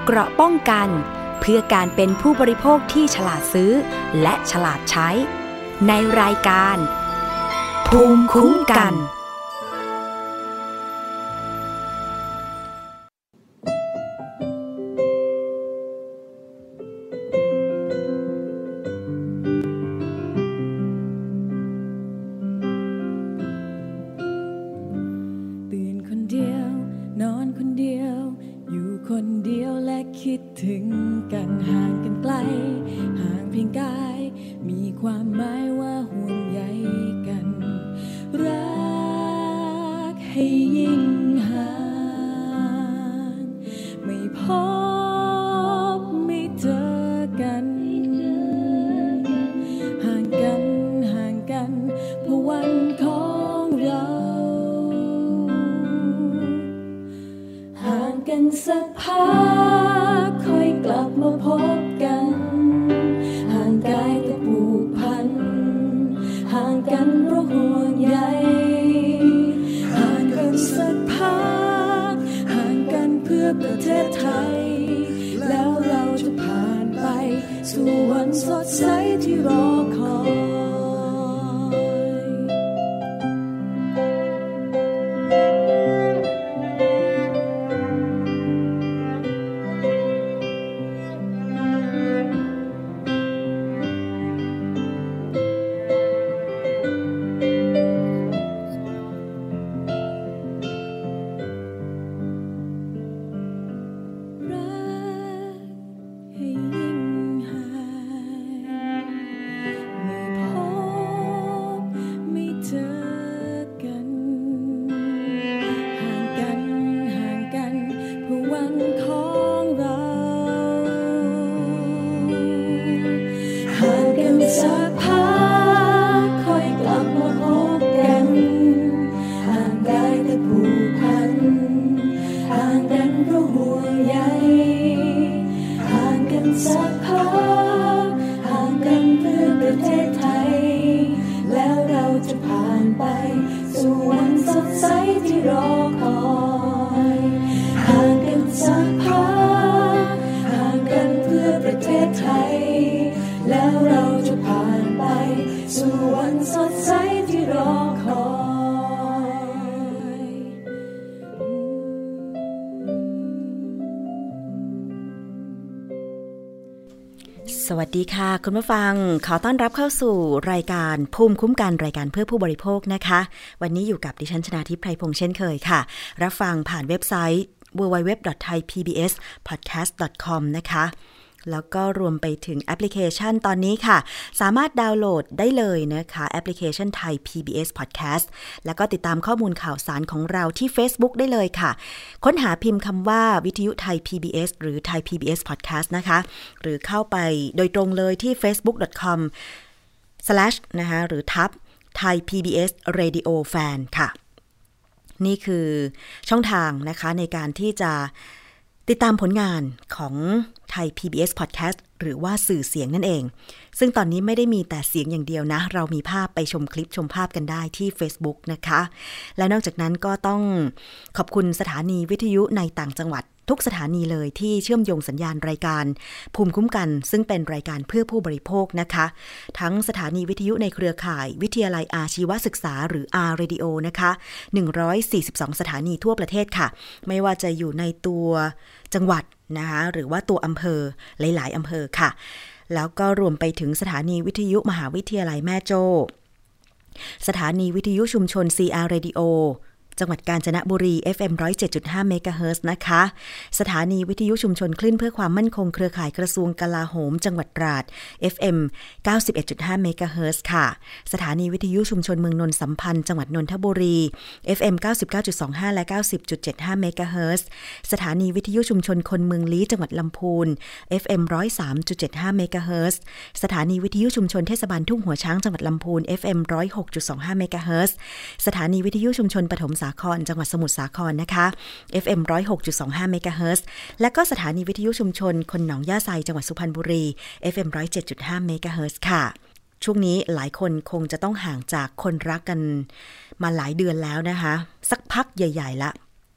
เกราะป้องกันเพื่อการเป็นผู้บริโภคที่ฉลาดซื้อและฉลาดใช้ในรายการภูมิคุ้มกันตื่นคนเดียวนอนคนเดียวอยู่คนเดียวและคิดถึงกันห่างกันไกลห่างเพียงกายมีความหมายว่าห่วงใยกันรักให้ยิ่งห่างไม่พบไม่เจอกันห่างกันห่างกันเพราะวันของเราห่างกันสักพักค่อยกลับมาพบกันห่างกายก็ผูกพันห่างกันเพราะห่วงใยห่างกันสักพักห่างกันเพื่อประเทศไทยแล้วเราจะผ่านไปสู่วันสดใสที่รอคอยสวัสดีค่ะคุณผู้ฟังขอต้อนรับเข้าสู่รายการภูมิคุ้มกันรายการเพื่อผู้บริโภคนะคะวันนี้อยู่กับดิฉันชนาธิป ไพรพงษ์เช่นเคยค่ะรับฟังผ่านเว็บไซต์ www.thaipbspodcast.com นะคะแล้วก็รวมไปถึงแอปพลิเคชันตอนนี้ค่ะสามารถดาวน์โหลดได้เลยนะคะแอปพลิเคชัน Thai PBS Podcast แล้วก็ติดตามข้อมูลข่าวสารของเราที่ Facebook ได้เลยค่ะค้นหาพิมพ์คำว่าวิทยุไทย PBS หรือ Thai PBS Podcast นะคะหรือเข้าไปโดยตรงเลยที่ facebook.com/ นะคะหรือทับ Thai PBS Radio Fan ค่ะนี่คือช่องทางนะคะในการที่จะติดตามผลงานของไทย PBS Podcast หรือว่าสื่อเสียงนั่นเองซึ่งตอนนี้ไม่ได้มีแต่เสียงอย่างเดียวนะเรามีภาพไปชมคลิปชมภาพกันได้ที่ Facebook นะคะและนอกจากนั้นก็ต้องขอบคุณสถานีวิทยุในต่างจังหวัดทุกสถานีเลยที่เชื่อมโยงสัญญาณรายการภูมิคุ้มกันซึ่งเป็นรายการเพื่อผู้บริโภคนะคะทั้งสถานีวิทยุในเครือข่ายวิทยาลัยอาชีวศึกษาหรือ R Radio นะคะ142สถานีทั่วประเทศค่ะไม่ว่าจะอยู่ในตัวจังหวัดนะคะหรือว่าตัวอำเภอหลายๆอำเภอค่ะแล้วก็รวมไปถึงสถานีวิทยุมหาวิทยาลัยแม่โจ้สถานีวิทยุชุมชน CR Radioจังหวัดกาญจนบุรี FM 107.5 เมกะเฮิรตซ์นะคะสถานีวิทยุชุมชนคลื่นเพื่อความมั่นคงเครือข่ายกระทรวงกลาโหมจังหวัดตราด FM 91.5 เมกะเฮิรตซ์ค่ะสถานีวิทยุชุมชนเมืองนนสัมพันธ์จังหวัดนนทบุรี FM 99.25 และ 90.75 เมกะเฮิรตซ์สถานีวิทยุชุมชนคนเมืองลี้จังหวัดลำพูน FM 103.75 เมกะเฮิรตซ์สถานีวิทยุชุมชนเทศบาลทุ่งหัวช้างจังหวัดลำพูน FM 106.25 เมกะเฮิรตซ์สถานีวิทยุชุมชนปฐมสาครจังหวัดสมุทรสาครนะคะ FM 106.25 เมกะเฮิรตซ์และก็สถานีวิทยุชุมชนคนหนองย่าไซจังหวัดสุพรรณบุรี FM 107.5 เมกะเฮิรตซ์ค่ะช่วงนี้หลายคนคงจะต้องห่างจากคนรักกันมาหลายเดือนแล้วนะคะสักพักใหญ่ๆละ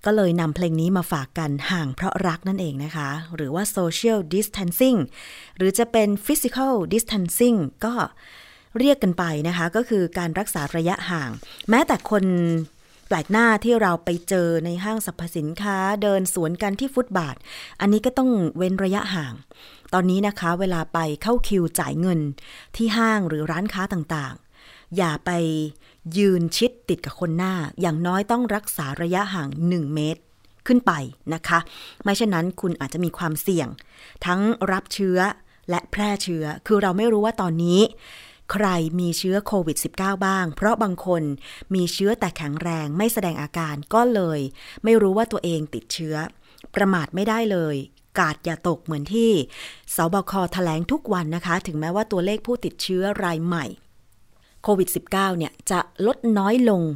ก็เลยนำเพลงนี้มาฝากกันห่างเพราะรักนั่นเองนะคะหรือว่า social distancing หรือจะเป็น physical distancing ก็เรียกกันไปนะคะก็คือการรักษาระยะห่างแม้แต่คนแปลกหน้าที่เราไปเจอในห้างสรรพสินค้าเดินสวนกันที่ฟุตบาทอันนี้ก็ต้องเว้นระยะห่างตอนนี้นะคะเวลาไปเข้าคิวจ่ายเงินที่ห้างหรือร้านค้าต่างๆอย่าไปยืนชิดติดกับคนหน้าอย่างน้อยต้องรักษาระยะห่าง1 เมตรขึ้นไปนะคะไม่เช่นนั้นคุณอาจจะมีความเสี่ยงทั้งรับเชื้อและแพร่เชื้อคือเราไม่รู้ว่าตอนนี้ใครมีเชื้อโควิด -19 บ้างเพราะบางคนมีเชื้อแต่แข็งแรงไม่แสดงอาการก็เลยไม่รู้ว่าตัวเองติดเชื้อประมาทไม่ได้เลยกาดอย่าตกเหมือนที่สบคแถลงทุกวันนะคะถึงแม้ว่าตัวเลขผู้ติดเชื้อรายใหม่โควิด -19 เนี่ยจะลดน้อยลง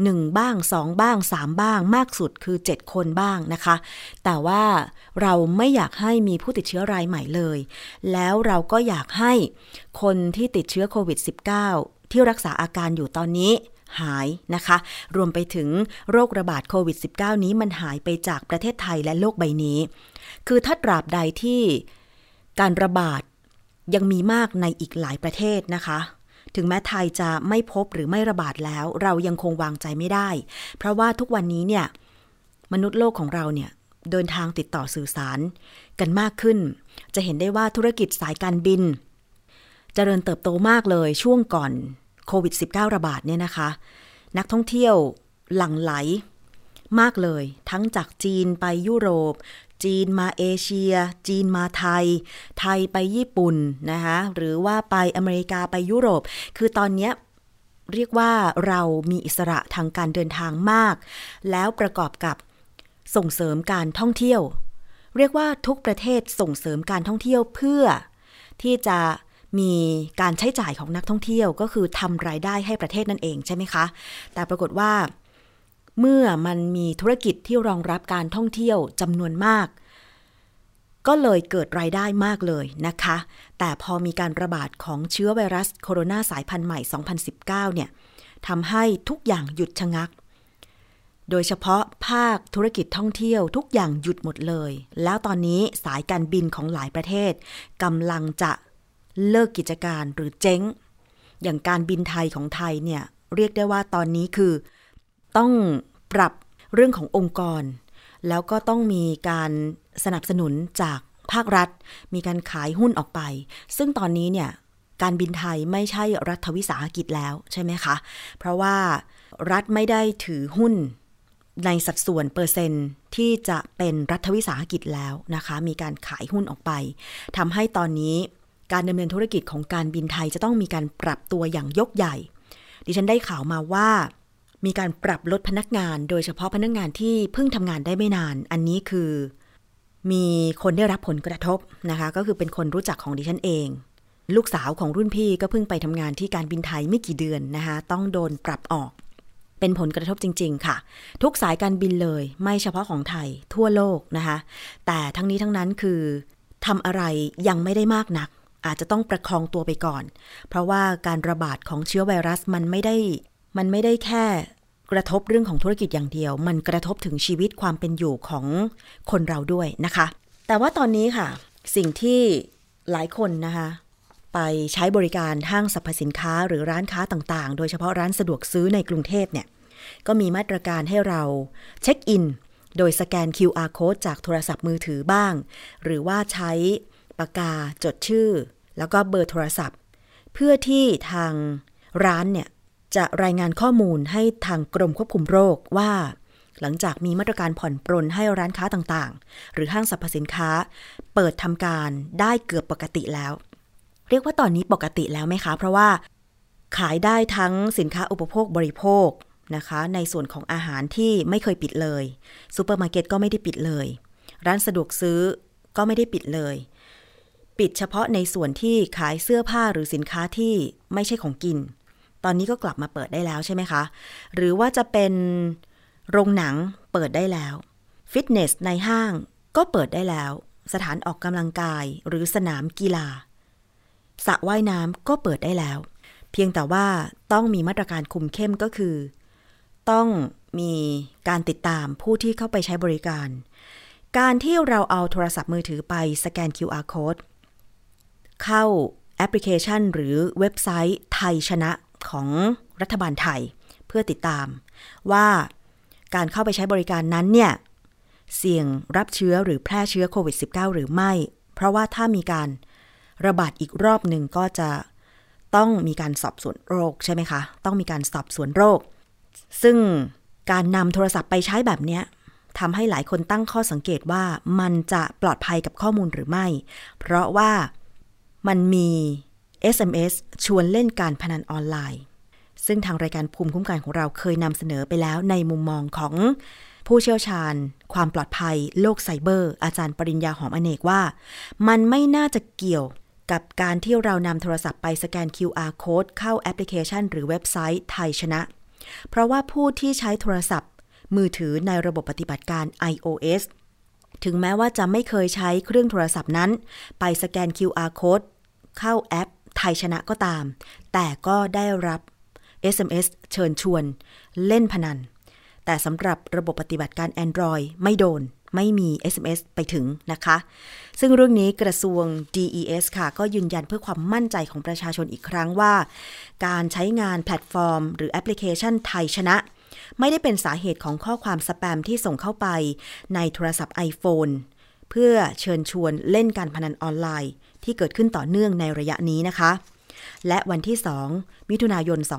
1บ้าง2บ้าง3บ้างมากสุดคือ7คนบ้างนะคะแต่ว่าเราไม่อยากให้มีผู้ติดเชื้อรายใหม่เลยแล้วเราก็อยากให้คนที่ติดเชื้อโควิด -19 ที่รักษาอาการอยู่ตอนนี้หายนะคะรวมไปถึงโรคระบาดโควิด -19 นี้มันหายไปจากประเทศไทยและโลกใบนี้คือถ้าตราบใดที่การระบาดยังมีมากในอีกหลายประเทศนะคะถึงแม้ไทยจะไม่พบหรือไม่ระบาดแล้วเรายังคงวางใจไม่ได้เพราะว่าทุกวันนี้เนี่ยมนุษย์โลกของเราเนี่ยเดินทางติดต่อสื่อสารกันมากขึ้นจะเห็นได้ว่าธุรกิจสายการบินเจริญเติบโตมากเลยช่วงก่อนโควิด -19 ระบาดเนี่ยนะคะนักท่องเที่ยวหลั่งไหลมากเลยทั้งจากจีนไปยุโรปจีนมาเอเชียจีนมาไทยไทยไปญี่ปุ่นนะคะหรือว่าไปอเมริกาไปยุโรปคือตอนนี้เรียกว่าเรามีอิสระทางการเดินทางมากแล้วประกอบกับส่งเสริมการท่องเที่ยวเรียกว่าทุกประเทศส่งเสริมการท่องเที่ยวเพื่อที่จะมีการใช้จ่ายของนักท่องเที่ยวก็คือทำรายได้ให้ประเทศนั่นเองใช่ไหมคะแต่ปรากฏว่าเมื่อมันมีธุรกิจที่รองรับการท่องเที่ยวจำนวนมากก็เลยเกิดรายได้มากเลยนะคะแต่พอมีการระบาดของเชื้อไวรัสโคโรนาสายพันธุ์ใหม่ 2019 เนี่ยทำให้ทุกอย่างหยุดชะงักโดยเฉพาะภาคธุรกิจท่องเที่ยวทุกอย่างหยุดหมดเลยแล้วตอนนี้สายการบินของหลายประเทศกำลังจะเลิกกิจการหรือเจ๊งอย่างการบินไทยของไทยเนี่ยเรียกได้ว่าตอนนี้คือต้องปรับเรื่องขององค์กรแล้วก็ต้องมีการสนับสนุนจากภาครัฐมีการขายหุ้นออกไปซึ่งตอนนี้เนี่ยการบินไทยไม่ใช่รัฐวิสาหกิจแล้วใช่ไหมคะเพราะว่ารัฐไม่ได้ถือหุ้นในสัดส่วนเปอร์เซ็นต์ที่จะเป็นรัฐวิสาหกิจแล้วนะคะมีการขายหุ้นออกไปทำให้ตอนนี้การดำเนินธุรกิจของการบินไทยจะต้องมีการปรับตัวอย่างยกใหญ่ดิฉันได้ข่าวมาว่ามีการปรับลดพนักงานโดยเฉพาะพนักงานที่เพิ่งทำงานได้ไม่นานอันนี้คือมีคนได้รับผลกระทบนะคะก็คือเป็นคนรู้จักของดิฉันเองลูกสาวของรุ่นพี่ก็เพิ่งไปทำงานที่การบินไทยไม่กี่เดือนนะคะต้องโดนปรับออกเป็นผลกระทบจริงๆค่ะทุกสายการบินเลยไม่เฉพาะของไทยทั่วโลกนะคะแต่ทั้งนี้ทั้งนั้นคือทำอะไรยังไม่ได้มากนักอาจจะต้องประคองตัวไปก่อนเพราะว่าการระบาดของเชื้อไวรัสมันไม่ได้แค่กระทบเรื่องของธุรกิจอย่างเดียวมันกระทบถึงชีวิตความเป็นอยู่ของคนเราด้วยนะคะแต่ว่าตอนนี้ค่ะสิ่งที่หลายคนนะคะไปใช้บริการห้างสรรพสินค้าหรือร้านค้าต่างๆโดยเฉพาะร้านสะดวกซื้อในกรุงเทพเนี่ยก็มีมาตรการให้เราเช็คอินโดยสแกน QR Code จากโทรศัพท์มือถือบ้างหรือว่าใช้ปากกาจดชื่อแล้วก็เบอร์โทรศัพท์เพื่อที่ทางร้านเนี่ยจะรายงานข้อมูลให้ทางกรมควบคุมโรคว่าหลังจากมีมาตรการผ่อนปรนให้ร้านค้าต่างๆหรือห้างสรรพสินค้าเปิดทำการได้เกือบปกติแล้วเรียกว่าตอนนี้ปกติแล้วไหมคะเพราะว่าขายได้ทั้งสินค้าอุปโภคบริโภคนะคะในส่วนของอาหารที่ไม่เคยปิดเลยซูเปอร์มาร์เก็ตก็ไม่ได้ปิดเลยร้านสะดวกซื้อก็ไม่ได้ปิดเลยปิดเฉพาะในส่วนที่ขายเสื้อผ้าหรือสินค้าที่ไม่ใช่ของกินตอนนี้ก็กลับมาเปิดได้แล้วใช่ไหมคะหรือว่าจะเป็นโรงหนังเปิดได้แล้วฟิตเนสในห้างก็เปิดได้แล้วสถานออกกำลังกายหรือสนามกีฬาสระว่ายน้ำก็เปิดได้แล้วเพียงแต่ว่าต้องมีมาตรการคุมเข้มก็คือต้องมีการติดตามผู้ที่เข้าไปใช้บริการการที่เราเอาโทรศัพท์มือถือไปสแกน QR Code เข้าแอปพลิเคชันหรือเว็บไซต์ไทยชนะของรัฐบาลไทยเพื่อติดตามว่าการเข้าไปใช้บริการนั้นเนี่ยเสี่ยงรับเชื้อหรือแพร่เชื้อโควิด -19 หรือไม่เพราะว่าถ้ามีการระบาดอีกรอบหนึ่งก็จะต้องมีการสอบสวนโรคใช่ไหมคะต้องมีการสอบสวนโรคซึ่งการนำโทรศัพท์ไปใช้แบบนี้ทำให้หลายคนตั้งข้อสังเกตว่ามันจะปลอดภัยกับข้อมูลหรือไม่เพราะว่ามันมี SMS ชวนเล่นการพนันออนไลน์ซึ่งทางรายการภูมิคุ้มกันของเราเคยนำเสนอไปแล้วในมุมมองของผู้เชี่ยวชาญความปลอดภัยโลกไซเบอร์อาจารย์ปริญญาหอมอเนกว่ามันไม่น่าจะเกี่ยวกับการที่เรานำโทรศัพท์ไปสแกน QR Code เข้าแอปพลิเคชันหรือเว็บไซต์ไทยชนะเพราะว่าผู้ที่ใช้โทรศัพท์มือถือในระบบปฏิบัติการ iOS ถึงแม้ว่าจะไม่เคยใช้เครื่องโทรศัพท์นั้นไปสแกน QR Code เข้าแอปไทยชนะก็ตามแต่ก็ได้รับ SMS เชิญชวนเล่นพนันแต่สำหรับระบบปฏิบัติการ Android ไม่โดนไม่มี SMS ไปถึงนะคะซึ่งเรื่องนี้กระทรวง DES ค่ะก็ยืนยันเพื่อความมั่นใจของประชาชนอีกครั้งว่าการใช้งานแพลตฟอร์มหรือแอปพลิเคชันไทยชนะไม่ได้เป็นสาเหตุของข้อความสแปมที่ส่งเข้าไปในโทรศัพท์ iPhone เพื่อเชิญชวนเล่นการพนันออนไลน์ที่เกิดขึ้นต่อเนื่องในระยะนี้นะคะและวันที่2มิถุนายน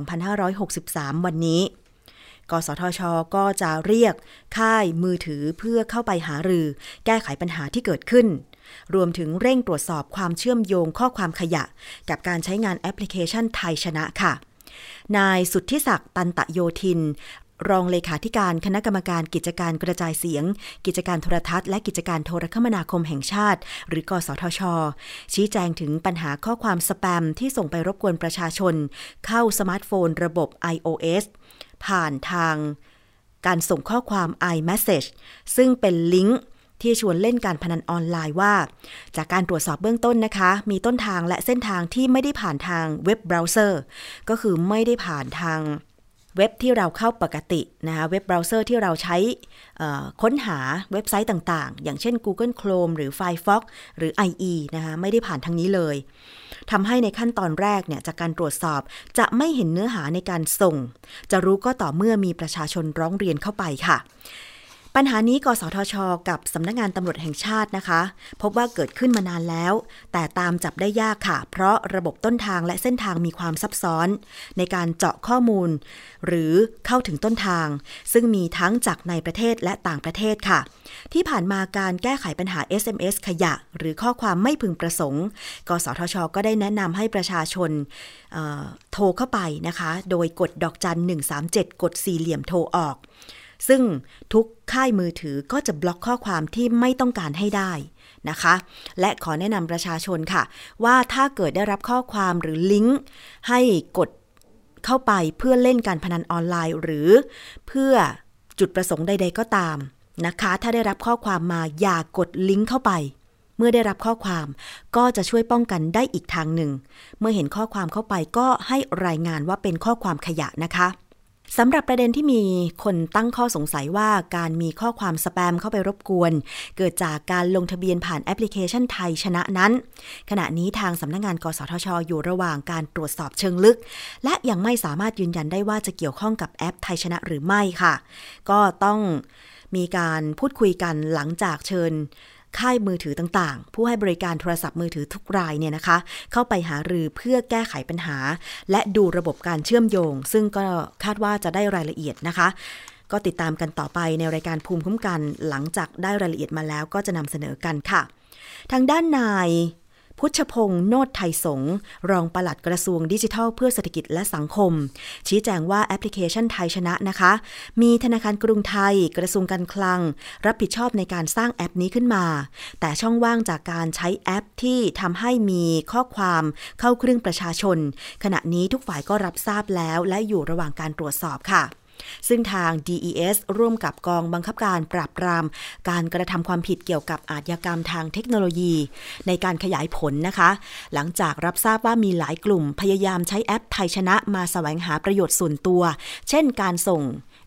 2563วันนี้กสทช.ก็จะเรียกค่ายมือถือเพื่อเข้าไปหารือแก้ไขปัญหาที่เกิดขึ้นรวมถึงเร่งตรวจสอบความเชื่อมโยงข้อความขยะกับการใช้งานแอปพลิเคชันไทยชนะค่ะนายสุทธิศักดิ์ตันตะโยธินรองเลขาธิการคณะกรรมการกิจการกระจายเสียงกิจการโทรทัศน์และกิจการโทรคมนาคมแห่งชาติหรือกสทช.ชี้แจงถึงปัญหาข้อความสแปมที่ส่งไปรบกวนประชาชนเข้าสมาร์ทโฟนระบบ iOS ผ่านทางการส่งข้อความ iMessage ซึ่งเป็นลิงก์ที่ชวนเล่นการพนันออนไลน์ว่าจากการตรวจสอบเบื้องต้นนะคะมีต้นทางและเส้นทางที่ไม่ได้ผ่านทางเว็บเบราว์เซอร์ก็คือไม่ได้ผ่านทางเว็บที่เราเข้าปกตินะคะเว็บเบราว์เซอร์ที่เราใช้ค้นหาเว็บไซต์ต่างๆอย่างเช่น Google Chrome หรือ Firefox หรือ IE นะคะไม่ได้ผ่านทางนี้เลยทำให้ในขั้นตอนแรกเนี่ยจากการตรวจสอบจะไม่เห็นเนื้อหาในการส่งจะรู้ก็ต่อเมื่อมีประชาชนร้องเรียนเข้าไปค่ะปัญหานี้กสทช.กับสำนักงานตำรวจแห่งชาตินะคะพบว่าเกิดขึ้นมานานแล้วแต่ตามจับได้ยากค่ะเพราะระบบต้นทางและเส้นทางมีความซับซ้อนในการเจาะข้อมูลหรือเข้าถึงต้นทางซึ่งมีทั้งจากในประเทศและต่างประเทศค่ะที่ผ่านมาการแก้ไขปัญหา SMS ขยะหรือข้อความไม่พึงประสงค์กสทช.ก็ได้แนะนำให้ประชาชนโทรเข้าไปนะคะโดยกดดอกจัน137กดสี่เหลี่ยมโทรออกซึ่งทุกค่ายมือถือก็จะบล็อกข้อความที่ไม่ต้องการให้ได้นะคะและขอแนะนำประชาชนค่ะว่าถ้าเกิดได้รับข้อความหรือลิงก์ให้กดเข้าไปเพื่อเล่นการพนันออนไลน์หรือเพื่อจุดประสงค์ใดๆก็ตามนะคะถ้าได้รับข้อความมาอย่ากดลิงก์เข้าไปเมื่อได้รับข้อความก็จะช่วยป้องกันได้อีกทางหนึ่งเมื่อเห็นข้อความเข้าไปก็ให้รายงานว่าเป็นข้อความขยะนะคะสำหรับประเด็นที่มีคนตั้งข้อสงสัยว่าการมีข้อความสแปมเข้าไปรบกวนเกิดจากการลงทะเบียนผ่านแอปพลิเคชันไทยชนะนั้นขณะนี้ทางสำนักงานกสทช.อยู่ระหว่างการตรวจสอบเชิงลึกและยังไม่สามารถยืนยันได้ว่าจะเกี่ยวข้องกับแอปไทยชนะหรือไม่ค่ะก็ต้องมีการพูดคุยกันหลังจากเชิญค่ายมือถือต่างๆผู้ให้บริการโทรศัพท์มือถือทุกรายเนี่ยนะคะเข้าไปหารือเพื่อแก้ไขปัญหาและดูระบบการเชื่อมโยงซึ่งก็คาดว่าจะได้รายละเอียดนะคะก็ติดตามกันต่อไปในรายการภูมิคุ้มกันหลังจากได้รายละเอียดมาแล้วก็จะนำเสนอกันค่ะทางด้านนายพุชพงษ์โนฏไทยสงฆ์รองปลัดกระทรวงดิจิทัลเพื่อเศรษฐกิจและสังคมชี้แจงว่าแอปพลิเคชันไทยชนะนะคะมีธนาคารกรุงไทยกระทรวงการคลังรับผิดชอบในการสร้างแอปนี้ขึ้นมาแต่ช่องว่างจากการใช้แอปที่ทำให้มีข้อความเข้าเครื่องประชาชนขณะนี้ทุกฝ่ายก็รับทราบแล้วและอยู่ระหว่างการตรวจสอบค่ะซึ่งทาง DES ร่วมกับกองบังคับการปราบปรามการกระทำความผิดเกี่ยวกับอาชญากรรมทางเทคโนโลยีในการขยายผลนะคะหลังจากรับทราบว่ามีหลายกลุ่มพยายามใช้แอปไทยชนะมาแสวงหาประโยชน์ส่วนตัวเช่นการส่ง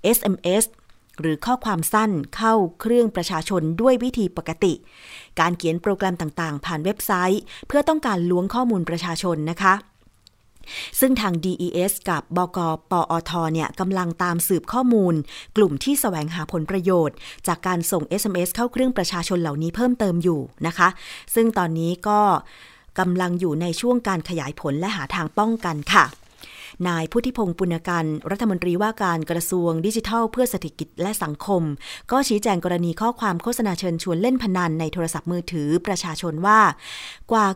SMS หรือข้อความสั้นเข้าเครื่องประชาชนด้วยวิธีปกติการเขียนโปรแกรมต่างๆผ่านเว็บไซต์เพื่อต้องการล้วงข้อมูลประชาชนนะคะซึ่งทาง DES กับบก.ปอท.เนี่ยกำลังตามสืบข้อมูลกลุ่มที่แสวงหาผลประโยชน์จากการส่ง SMS เข้าเครื่องประชาชนเหล่านี้เพิ่มเติมอยู่นะคะซึ่งตอนนี้ก็กำลังอยู่ในช่วงการขยายผลและหาทางป้องกันค่ะนายพุทธิพงษ์ปุณกันรัฐมนตรีว่าการกระทรวงดิจิทัลเพื่อเศรษฐกิจและสังคมก็ชี้แจงกรณีข้อความโฆษณาเชิญชวนเล่นพนันในโทรศัพท์มือถือประชาชนว่ากว่า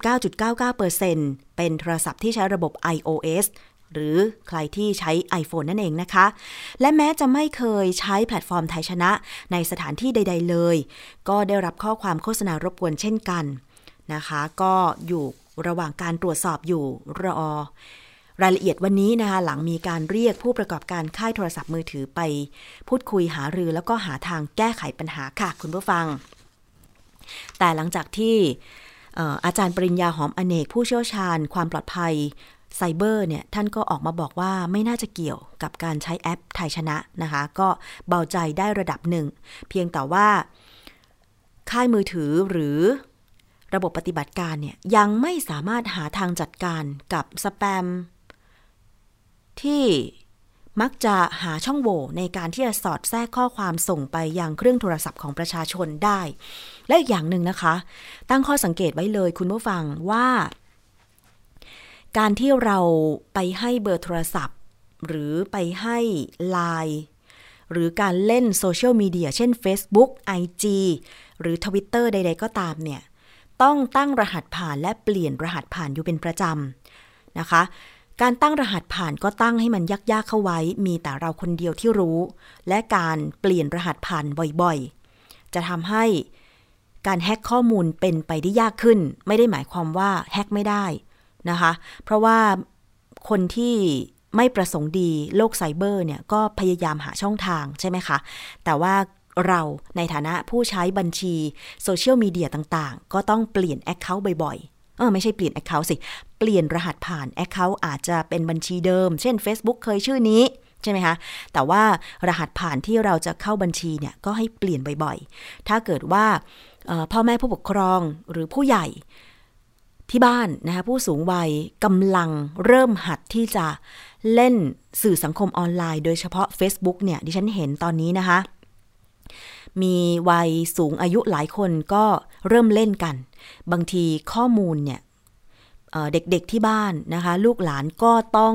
99.99% เป็นโทรศัพท์ที่ใช้ระบบ iOS หรือใครที่ใช้ iPhone นั่นเองนะคะและแม้จะไม่เคยใช้แพลตฟอร์มไทยชนะในสถานที่ใดๆเลยก็ได้รับข้อความโฆษณารบกวนเช่นกันนะคะก็อยู่ระหว่างการตรวจสอบอยู่รอรายละเอียดวันนี้นะคะหลังมีการเรียกผู้ประกอบการค่ายโทรศัพท์มือถือไปพูดคุยหารือแล้วก็หาทางแก้ไขปัญหาค่ะคุณผู้ฟังแต่หลังจากที่อาจารย์ปริญญาหอมอเนกผู้เชี่ยวชาญความปลอดภัยไซเบอร์เนี่ยท่านก็ออกมาบอกว่าไม่น่าจะเกี่ยวกับการใช้แอปไทยชนะนะคะก็เบาใจได้ระดับหนึ่งเพียงแต่ว่าค่ายมือถือหรือระบบปฏิบัติการเนี่ยยังไม่สามารถหาทางจัดการกับสแปมที่มักจะหาช่องโหว่ในการที่จะสอดแทรกข้อความส่งไปยังเครื่องโทรศัพท์ของประชาชนได้และอีกอย่างหนึ่งนะคะตั้งข้อสังเกตไว้เลยคุณผู้ฟังว่าการที่เราไปให้เบอร์โทรศัพท์หรือไปให้ LINE หรือการเล่นโซเชียลมีเดียเช่น Facebook IG หรือ Twitter ใดๆก็ตามเนี่ยต้องตั้งรหัสผ่านและเปลี่ยนรหัสผ่านอยู่เป็นประจำนะคะการตั้งรหัสผ่านก็ตั้งให้มันยากๆเข้าไว้มีแต่เราคนเดียวที่รู้และการเปลี่ยนรหัสผ่านบ่อยๆจะทำให้การแฮ็กข้อมูลเป็นไปได้ยากขึ้นไม่ได้หมายความว่าแฮ็กไม่ได้นะคะเพราะว่าคนที่ไม่ประสงค์ดีโลกไซเบอร์เนี่ยก็พยายามหาช่องทางใช่ไหมคะแต่ว่าเราในฐานะผู้ใช้บัญชีโซเชียลมีเดียต่างๆก็ต้องเปลี่ยนแอคเคาท์บ่อยๆไม่ใช่เปลี่ยนแอคเคาท์สิเปลี่ยนรหัสผ่านแอคเคาท์อาจจะเป็นบัญชีเดิมเช่น Facebook เคยชื่อนี้ใช่ไหมคะแต่ว่ารหัสผ่านที่เราจะเข้าบัญชีเนี่ยก็ให้เปลี่ยนบ่อยๆถ้าเกิดว่าพ่อแม่ผู้ปกครองหรือผู้ใหญ่ที่บ้านนะคะผู้สูงวัยกำลังเริ่มหัดที่จะเล่นสื่อสังคมออนไลน์โดยเฉพาะ Facebook เนี่ยดิฉันเห็นตอนนี้นะคะมีวัยสูงอายุหลายคนก็เริ่มเล่นกันบางทีข้อมูลเนี่ยเด็กๆที่บ้านนะคะลูกหลานก็ต้อง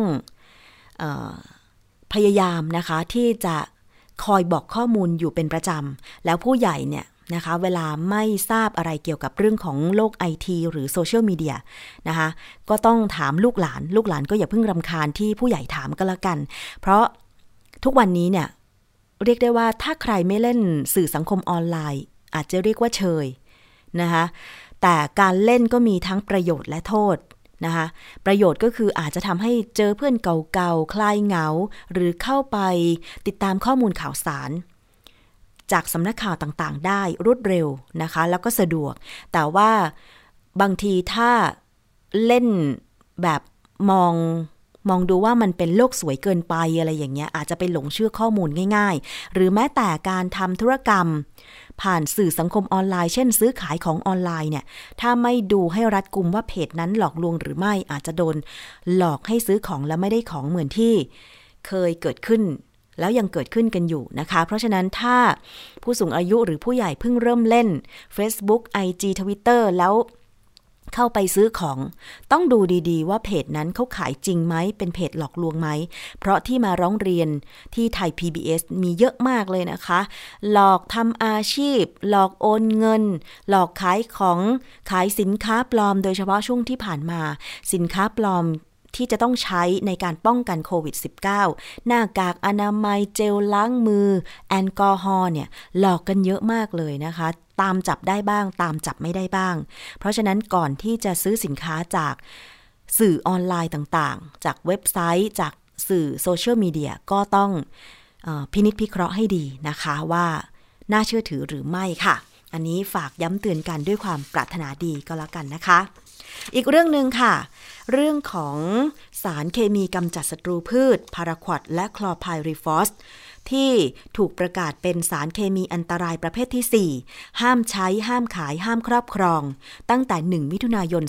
พยายามนะคะที่จะคอยบอกข้อมูลอยู่เป็นประจำแล้วผู้ใหญ่เนี่ยนะคะเวลาไม่ทราบอะไรเกี่ยวกับเรื่องของโลก IT หรือโซเชียลมีเดียนะคะก็ต้องถามลูกหลานก็อย่าเพิ่งรำคาญที่ผู้ใหญ่ถามก็แล้วกันเพราะทุกวันนี้เนี่ยเรียกได้ว่าถ้าใครไม่เล่นสื่อสังคมออนไลน์อาจจะเรียกว่าเชยนะคะแต่การเล่นก็มีทั้งประโยชน์และโทษนะคะประโยชน์ก็คืออาจจะทำให้เจอเพื่อนเก่าๆคลายเหงาหรือเข้าไปติดตามข้อมูลข่าวสารจากสำนักข่าวต่างๆได้รวดเร็วนะคะแล้วก็สะดวกแต่ว่าบางทีถ้าเล่นแบบมองดูว่ามันเป็นโลกสวยเกินไปอะไรอย่างเงี้ยอาจจะไปหลงเชื่อข้อมูลง่ายๆหรือแม้แต่การทำธุรกรรมผ่านสื่อสังคมออนไลน์เช่นซื้อขายของออนไลน์เนี่ยถ้าไม่ดูให้รัดกุมว่าเพจนั้นหลอกลวงหรือไม่อาจจะโดนหลอกให้ซื้อของแล้วไม่ได้ของเหมือนที่เคยเกิดขึ้นแล้วยังเกิดขึ้นกันอยู่นะคะเพราะฉะนั้นถ้าผู้สูงอายุหรือผู้ใหญ่เพิ่งเริ่มเล่น Facebook IG Twitter แล้วเข้าไปซื้อของต้องดูดีๆว่าเพจนั้นเขาขายจริงไหมเป็นเพจหลอกลวงไหมเพราะที่มาร้องเรียนที่ไทย PBS มีเยอะมากเลยนะคะหลอกทำอาชีพหลอกโอนเงินหลอกขายของขายสินค้าปลอมโดยเฉพาะช่วงที่ผ่านมาสินค้าปลอมที่จะต้องใช้ในการป้องกันโควิด -19 หน้ากากอนามัยเจลล้างมือแอลกอฮอล์เนี่ยหลอกกันเยอะมากเลยนะคะตามจับได้บ้างตามจับไม่ได้บ้างเพราะฉะนั้นก่อนที่จะซื้อสินค้าจากสื่อออนไลน์ต่างๆจากเว็บไซต์จากสื่อโซเชียลมีเดียก็ต้องพินิจพิเคราะห์ให้ดีนะคะว่าน่าเชื่อถือหรือไม่ค่ะอันนี้ฝากย้ำเตือนกันด้วยความปรารถนาดีก็แล้วกันนะคะอีกเรื่องนึงค่ะเรื่องของสารเคมีกำจัดศัตรูพืชพาราควอดและคลอไพริฟอสที่ถูกประกาศเป็นสารเคมีอันตรายประเภทที่4ห้ามใช้ห้ามขายห้ามครอบครองตั้งแต่1มิถุนายน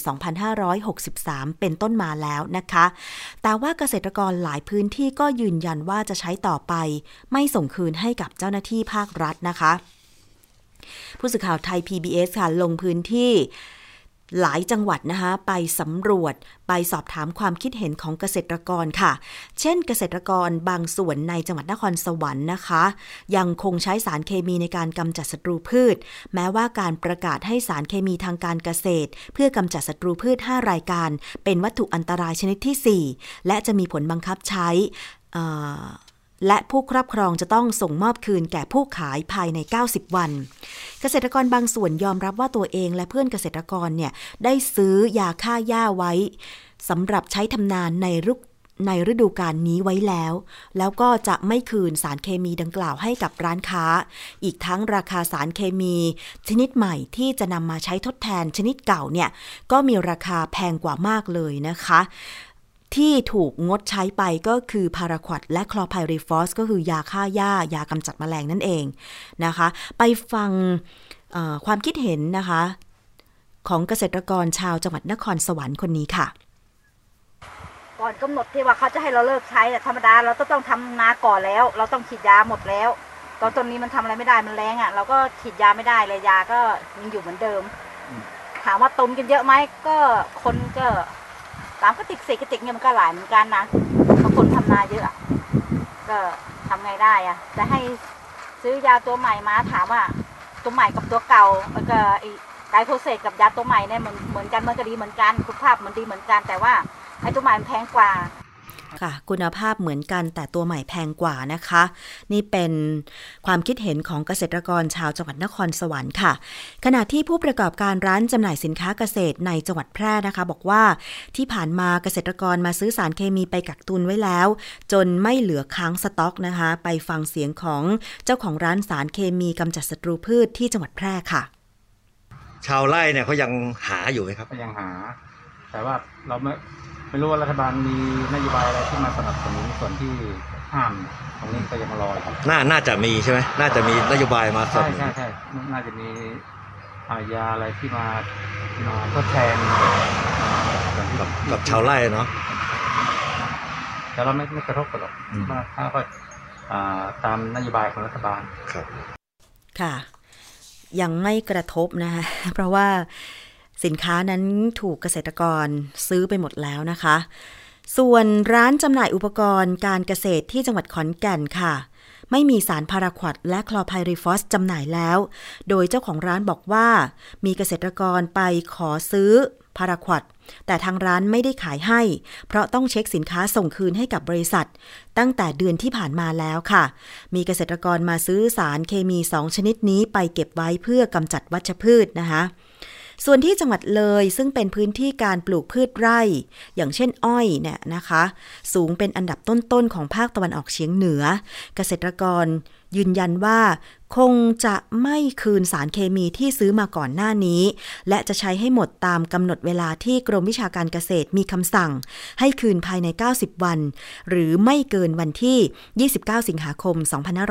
2563เป็นต้นมาแล้วนะคะแต่ว่าเกษตรกรหลายพื้นที่ก็ยืนยันว่าจะใช้ต่อไปไม่ส่งคืนให้กับเจ้าหน้าที่ภาครัฐนะคะผู้สื่อข่าวไทย PBS ค่ะลงพื้นที่หลายจังหวัดนะคะไปสำรวจไปสอบถามความคิดเห็นของเกษตรกรค่ะเช่นเกษตรกรบางส่วนในจังหวัดนครสวรรค์นะคะยังคงใช้สารเคมีในการกำจัดศัตรูพืชแม้ว่าการประกาศให้สารเคมีทางการเกษตรเพื่อกำจัดศัตรูพืช5รายการเป็นวัตถุอันตรายชนิดที่4และจะมีผลบังคับใช้และผู้ครอบครองจะต้องส่งมอบคืนแก่ผู้ขายภายใน90วันเกษตรกรบางส่วนยอมรับว่าตัวเองและเพื่อนเกษตรกรเนี่ยได้ซื้อยาฆ่าหญ้าไว้สำหรับใช้ทำนาในฤดูกาลนี้ไว้แล้วก็จะไม่คืนสารเคมีดังกล่าวให้กับร้านค้าอีกทั้งราคาสารเคมีชนิดใหม่ที่จะนำมาใช้ทดแทนชนิดเก่าเนี่ยก็มีราคาแพงกว่ามากเลยนะคะที่ถูกงดใช้ไปก็คือพาราควอดและคลอไพริฟอสก็คือยาฆ่าหญ้ายากำจัดแมลงนั่นเองนะคะไปฟังความคิดเห็นนะคะของเกษตรกรชาวจังหวัดนครสวรรค์คนนี้ค่ะก่อนกำหนดที่ว่าเขาจะให้เราเลิกใช้ธรรมดาเราต้องทำนาก่อนแล้วเราต้องฉีดยาหมดแล้วตอนนี้มันทำอะไรไม่ได้มันแรงเราก็ฉีดยาไม่ได้เลยยาก็ยังอยู่เหมือนเดิมถามว่าตุนกันเยอะไหมก็คนก็3 กระติก4 กระติกเนี่ยมันก็หลายเหมือนกันนะบางคนทำนาเยอะก็ทำไงได้จะให้ซื้อยาตัวใหม่มาถามว่าตัวใหม่กับตัวเก่าแล้วก็ไกลโพเซตกับยาตัวใหม่เนี่ยเหมือนกันมันก็ดีเหมือนกันคุณภาพมันดีเหมือนกันแต่ว่าไอ้ตัวใหม่มันแพงกว่าค่ะคุณภาพเหมือนกันแต่ตัวใหม่แพงกว่านะคะนี่เป็นความคิดเห็นของเกษตรกรชาวจังหวัดนครสวรรค์ค่ะขณะที่ผู้ประกอบการร้านจำหน่ายสินค้าเกษตรในจังหวัดแพร่นะคะบอกว่าที่ผ่านมาเกษตรกรมาซื้อสารเคมีไปกักตุนไว้แล้วจนไม่เหลือค้างสต็อกนะคะไปฟังเสียงของเจ้าของร้านสารเคมีกำจัดศัตรูพืชที่จังหวัดแพร่ค่ะชาวไร่เนี่ยเขายังหาอยู่ไหมครับก็ยังหาแต่ว่าเราไม่รู้ว่ารัฐบาลมีนโยบายอะไรที่มาสนับสนุนส่วนที่ห้ามตรงนี้ก็ยังรออยู่น่าจะมีใช่ไหมน่าจะมีนโยบายมาใช่น่าจะมียาอะไรที่มาทดแทนกับชาวไร่เนาะแต่เราไม่กระทบกันหรอกถ้าก็ตามนโยบายของรัฐบาลครับค่ะยังไม่กระทบนะคะเพราะว่าสินค้านั้นถูกเกษตรกรซื้อไปหมดแล้วนะคะส่วนร้านจำหน่ายอุปกรณ์การเกษตรที่จังหวัดขอนแก่นค่ะไม่มีสารพาราควอดและคลอไพริฟอสจำหน่ายแล้วโดยเจ้าของร้านบอกว่ามีเกษตรกรไปขอซื้อพาราควอดแต่ทางร้านไม่ได้ขายให้เพราะต้องเช็คสินค้าส่งคืนให้กับบริษัทตั้งแต่เดือนที่ผ่านมาแล้วค่ะมีเกษตรกรมาซื้อสารเคมี2ชนิดนี้ไปเก็บไว้เพื่อกำจัดวัชพืชนะคะส่วนที่จังหวัดเลยซึ่งเป็นพื้นที่การปลูกพืชไร่อย่างเช่นอ้อยเนี่ยนะคะสูงเป็นอันดับต้นๆของภาคตะวันออกเฉียงเหนือเกษตรกรยืนยันว่าคงจะไม่คืนสารเคมีที่ซื้อมาก่อนหน้านี้และจะใช้ให้หมดตามกำหนดเวลาที่กรมวิชาการเกษตรมีคำสั่งให้คืนภายใน90วันหรือไม่เกินวันที่29สิงหาคม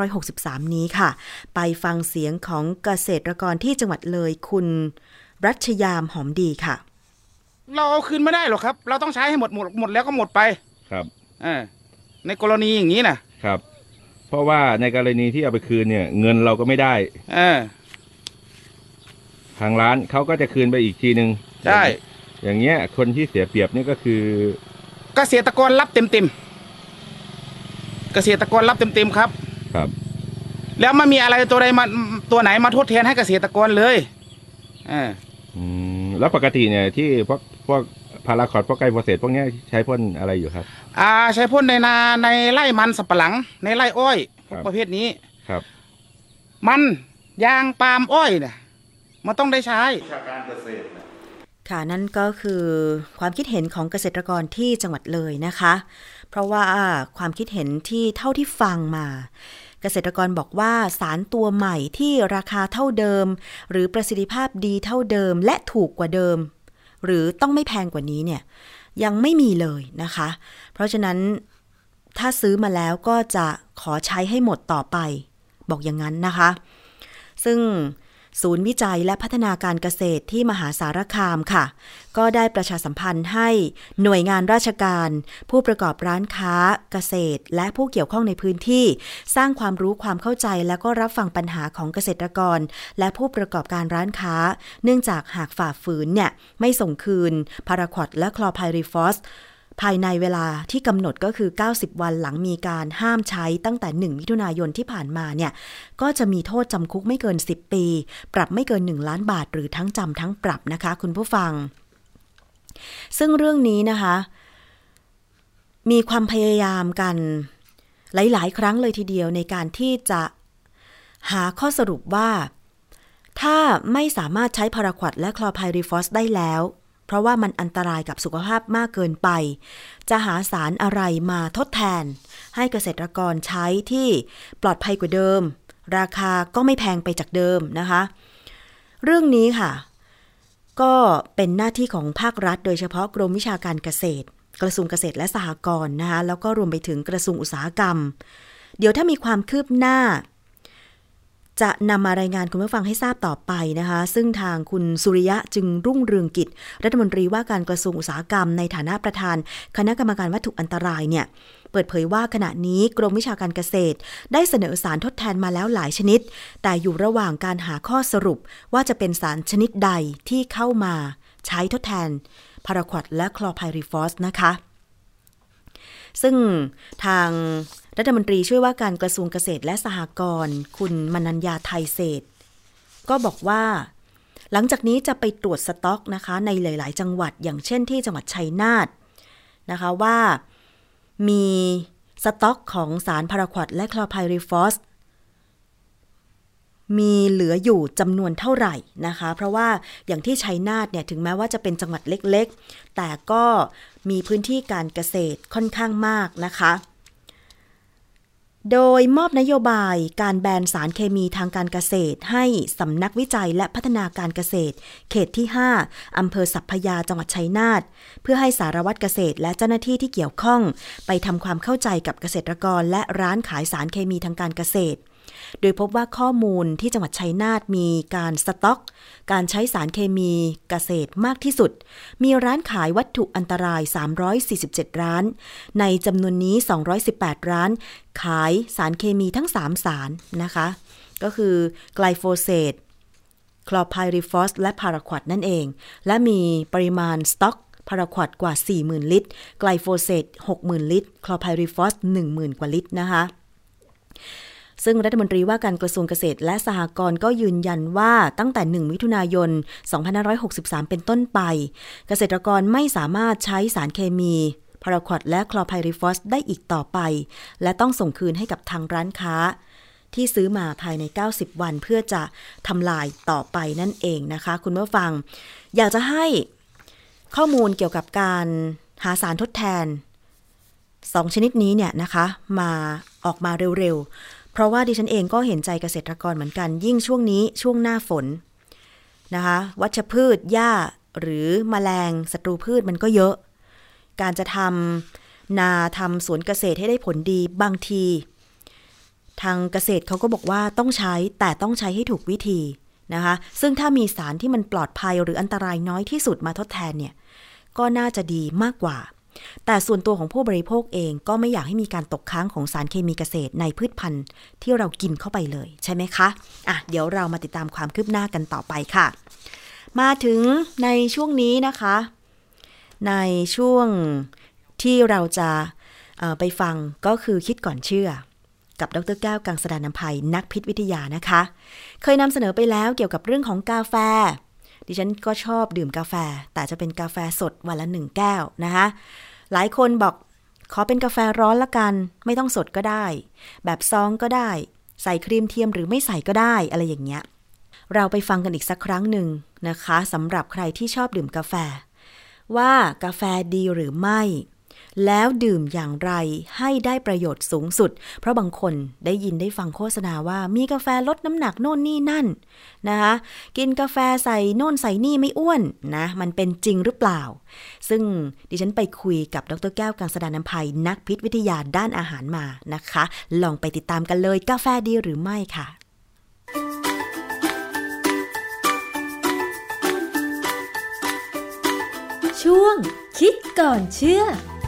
2563นี้ค่ะไปฟังเสียงของเกษตรกรที่จังหวัดเลยคุณรัชยามหอมดีค่ะเราเอาคืนไม่ได้หรอกครับเราต้องใช้ให้หมดแล้วก็หมดไปครับในกรณีอย่างนี้นะครับเพราะว่าในกรณีที่เอาไปคืนเนี่ยเงินเราก็ไม่ได้ทางร้านเขาก็จะคืนไปอีกทีนึงใช่อย่างเงี้ยคนที่เสียเปรียบนี่ก็คือเกษตรกรรับเต็มเกษตรกรรับเต็มครับแล้วไม่มีอะไรตัวไหนมาทดแทนให้เกษตรกรเลยแล้วปกติเนี่ยที่พวกพาราควอดพวกไกลโพเซตพวกนี้ใช้พ่นอะไรอยู่ครับใช้พ่นในนาในไร่มันสับปะหลังในไร่อ้อยประเภทนี้ครับมันยางปาล์มอ้อยเนี่ยมันต้องได้ใช้วิชาการเกษตรค่ะนั่นก็คือความคิดเห็นของเกษตรกรที่จังหวัดเลยนะคะเพราะว่าความคิดเห็นที่เท่าที่ฟังมาเกษตรกรบอกว่าสารตัวใหม่ที่ราคาเท่าเดิมหรือประสิทธิภาพดีเท่าเดิมและถูกกว่าเดิมหรือต้องไม่แพงกว่านี้เนี่ยยังไม่มีเลยนะคะเพราะฉะนั้นถ้าซื้อมาแล้วก็จะขอใช้ให้หมดต่อไปบอกอย่างนั้นนะคะซึ่งศูนย์วิจัยและพัฒนาการเกษตรที่มหาสารคามค่ะก็ได้ประชาสัมพันธ์ให้หน่วยงานราชการผู้ประกอบร้านค้าเกษตรและผู้เกี่ยวข้องในพื้นที่สร้างความรู้ความเข้าใจแล้วก็รับฟังปัญหาของเกษตรกรและผู้ประกอบการร้านค้าเนื่องจากหากฝ่าฝืนเนี่ยไม่ส่งคืนพาราควอดและคลอไพริฟอสภายในเวลาที่กำหนดก็คือ90วันหลังมีการห้ามใช้ตั้งแต่1มิถุนายนที่ผ่านมาเนี่ยก็จะมีโทษจำคุกไม่เกิน10ปีปรับไม่เกิน1ล้านบาทหรือทั้งจำทั้งปรับนะคะคุณผู้ฟังซึ่งเรื่องนี้นะคะมีความพยายามกันหลายๆครั้งเลยทีเดียวในการที่จะหาข้อสรุปว่าถ้าไม่สามารถใช้พาราควอดและคลอไพริฟอสได้แล้วเพราะว่ามันอันตรายกับสุขภาพมากเกินไปจะหาสารอะไรมาทดแทนให้เกษตรกรใช้ที่ปลอดภัยกว่าเดิมราคาก็ไม่แพงไปจากเดิมนะคะเรื่องนี้ค่ะก็เป็นหน้าที่ของภาครัฐโดยเฉพาะกรมวิชาการเกษตรกระทรวงเกษตรและสหกรณ์นะคะแล้วก็รวมไปถึงกระทรวงอุตสาหกรรมเดี๋ยวถ้ามีความคืบหน้าจะนำมารายงานคุณผู้ฟังให้ทราบต่อไปนะคะซึ่งทางคุณสุริยะจึงรุ่งเรืองกิจรัฐมนตรีว่าการกระทรวงอุตสาหกรรมในฐานะประธานคณะกรรมการวัตถุอันตรายเนี่ยเปิดเผยว่าขณะนี้กรมวิชาการเกษตรได้เสนอสารทดแทนมาแล้วหลายชนิดแต่อยู่ระหว่างการหาข้อสรุปว่าจะเป็นสารชนิดใดที่เข้ามาใช้ทดแทนพาราควอดและคลอไพริฟอสนะคะซึ่งทางรัฐมนตรีช่วยว่าการกระทรวงเกษตรและสหกรณ์คุณมนัญญาไทยเศรษฐ์ก็บอกว่าหลังจากนี้จะไปตรวจสต็อกนะคะในหลายๆจังหวัดอย่างเช่นที่จังหวัดชัยนาทนะคะว่ามีสต็อกของสารพาราควอดและคลอไพริฟอสมีเหลืออยู่จำนวนเท่าไหร่นะคะเพราะว่าอย่างที่ชัยนาทเนี่ยถึงแม้ว่าจะเป็นจังหวัดเล็กๆแต่ก็มีพื้นที่การเกษตรค่อนข้างมากนะคะโดยมอบนโยบายการแบนสารเคมีทางการเกษตรให้สำนักวิจัยและพัฒนาการเกษตรเขตที่5อำเภอสัพพยาจังหวัดชัยนาทเพื่อให้สารวัตรเกษตรและเจ้าหน้าที่ที่เกี่ยวข้องไปทำความเข้าใจกับเกษตรกรและร้านขายสารเคมีทางการเกษตรโดยพบว่าข้อมูลที่จังหวัดชัยนาทมีการสต็อกการใช้สารเคมีเกษตรมากที่สุดมีร้านขายวัตถุอันตราย347ร้านในจำนวนนี้218ร้านขายสารเคมีทั้ง3สารนะคะก็คือไกลโฟเซตคลอไพริฟอสและพาราควอดนั่นเองและมีปริมาณสต็อกพาราควอดกว่า 40,000 ลิตรไกลโฟเซต 60,000 ลิตรคลอไพริฟอส 10,000 กว่าลิตรนะคะซึ่งรัฐมนตรีว่าการกระทรวงเกษตรและสหกรณ์ก็ยืนยันว่าตั้งแต่1มิถุนายน2563เป็นต้นไปเกษตรกรไม่สามารถใช้สารเคมีพาราควอดและคลอไพริฟอสได้อีกต่อไปและต้องส่งคืนให้กับทางร้านค้าที่ซื้อมาภายใน90วันเพื่อจะทำลายต่อไปนั่นเองนะคะคุณผู้ฟังอยากจะให้ข้อมูลเกี่ยวกับการหาสารทดแทน2ชนิดนี้เนี่ยนะคะมาออกมาเร็วๆเพราะว่าดิฉันเองก็เห็นใจเกษตรกรเหมือนกันยิ่งช่วงนี้ช่วงหน้าฝนนะคะวัชพืชหญ้าหรือแมลงศัตรูพืชมันก็เยอะการจะทำนาทำสวนเกษตรให้ได้ผลดีบางทีทางเกษตรเขาก็บอกว่าต้องใช้แต่ต้องใช้ให้ถูกวิธีนะคะซึ่งถ้ามีสารที่มันปลอดภัยหรืออันตรายน้อยที่สุดมาทดแทนเนี่ยก็น่าจะดีมากกว่าแต่ส่วนตัวของผู้บริโภคเองก็ไม่อยากให้มีการตกค้างของสารเคมีเกษตรในพืชพันธุ์ที่เรากินเข้าไปเลยใช่ไหมคะอ่ะเดี๋ยวเรามาติดตามความคืบหน้ากันต่อไปค่ะมาถึงในช่วงนี้นะคะในช่วงที่เราจะไปฟังก็คือคิดก่อนเชื่อกับดร.แก้วกังสดาลอำไพนักพิษวิทยานะคะเคยนำเสนอไปแล้วเกี่ยวกับเรื่องของกาแฟดิฉันก็ชอบดื่มกาแฟแต่จะเป็นกาแฟสดวันละ1แก้วนะคะหลายคนบอกขอเป็นกาแฟร้อนละกันไม่ต้องสดก็ได้แบบซองก็ได้ใส่ครีมเทียมหรือไม่ใส่ก็ได้อะไรอย่างเงี้ยเราไปฟังกันอีกสักครั้งหนึ่งนะคะสำหรับใครที่ชอบดื่มกาแฟว่ากาแฟดีหรือไม่แล้วดื่มอย่างไรให้ได้ประโยชน์สูงสุดเพราะบางคนได้ยินได้ฟังโฆษณาว่ามีกาแฟลดน้ำหนักโน่นนี่นั่นนะคะกินกาแฟใส่โน่นใส่นี่ไม่อ้วนนะมันเป็นจริงหรือเปล่าซึ่งดิฉันไปคุยกับดร.แก้วกังสดาลอำไพนักพิษวิทยาด้านอาหารมานะคะลองไปติดตามกันเลยกาแฟดีหรือไม่ค่ะช่วงคิดก่อนเชื่อ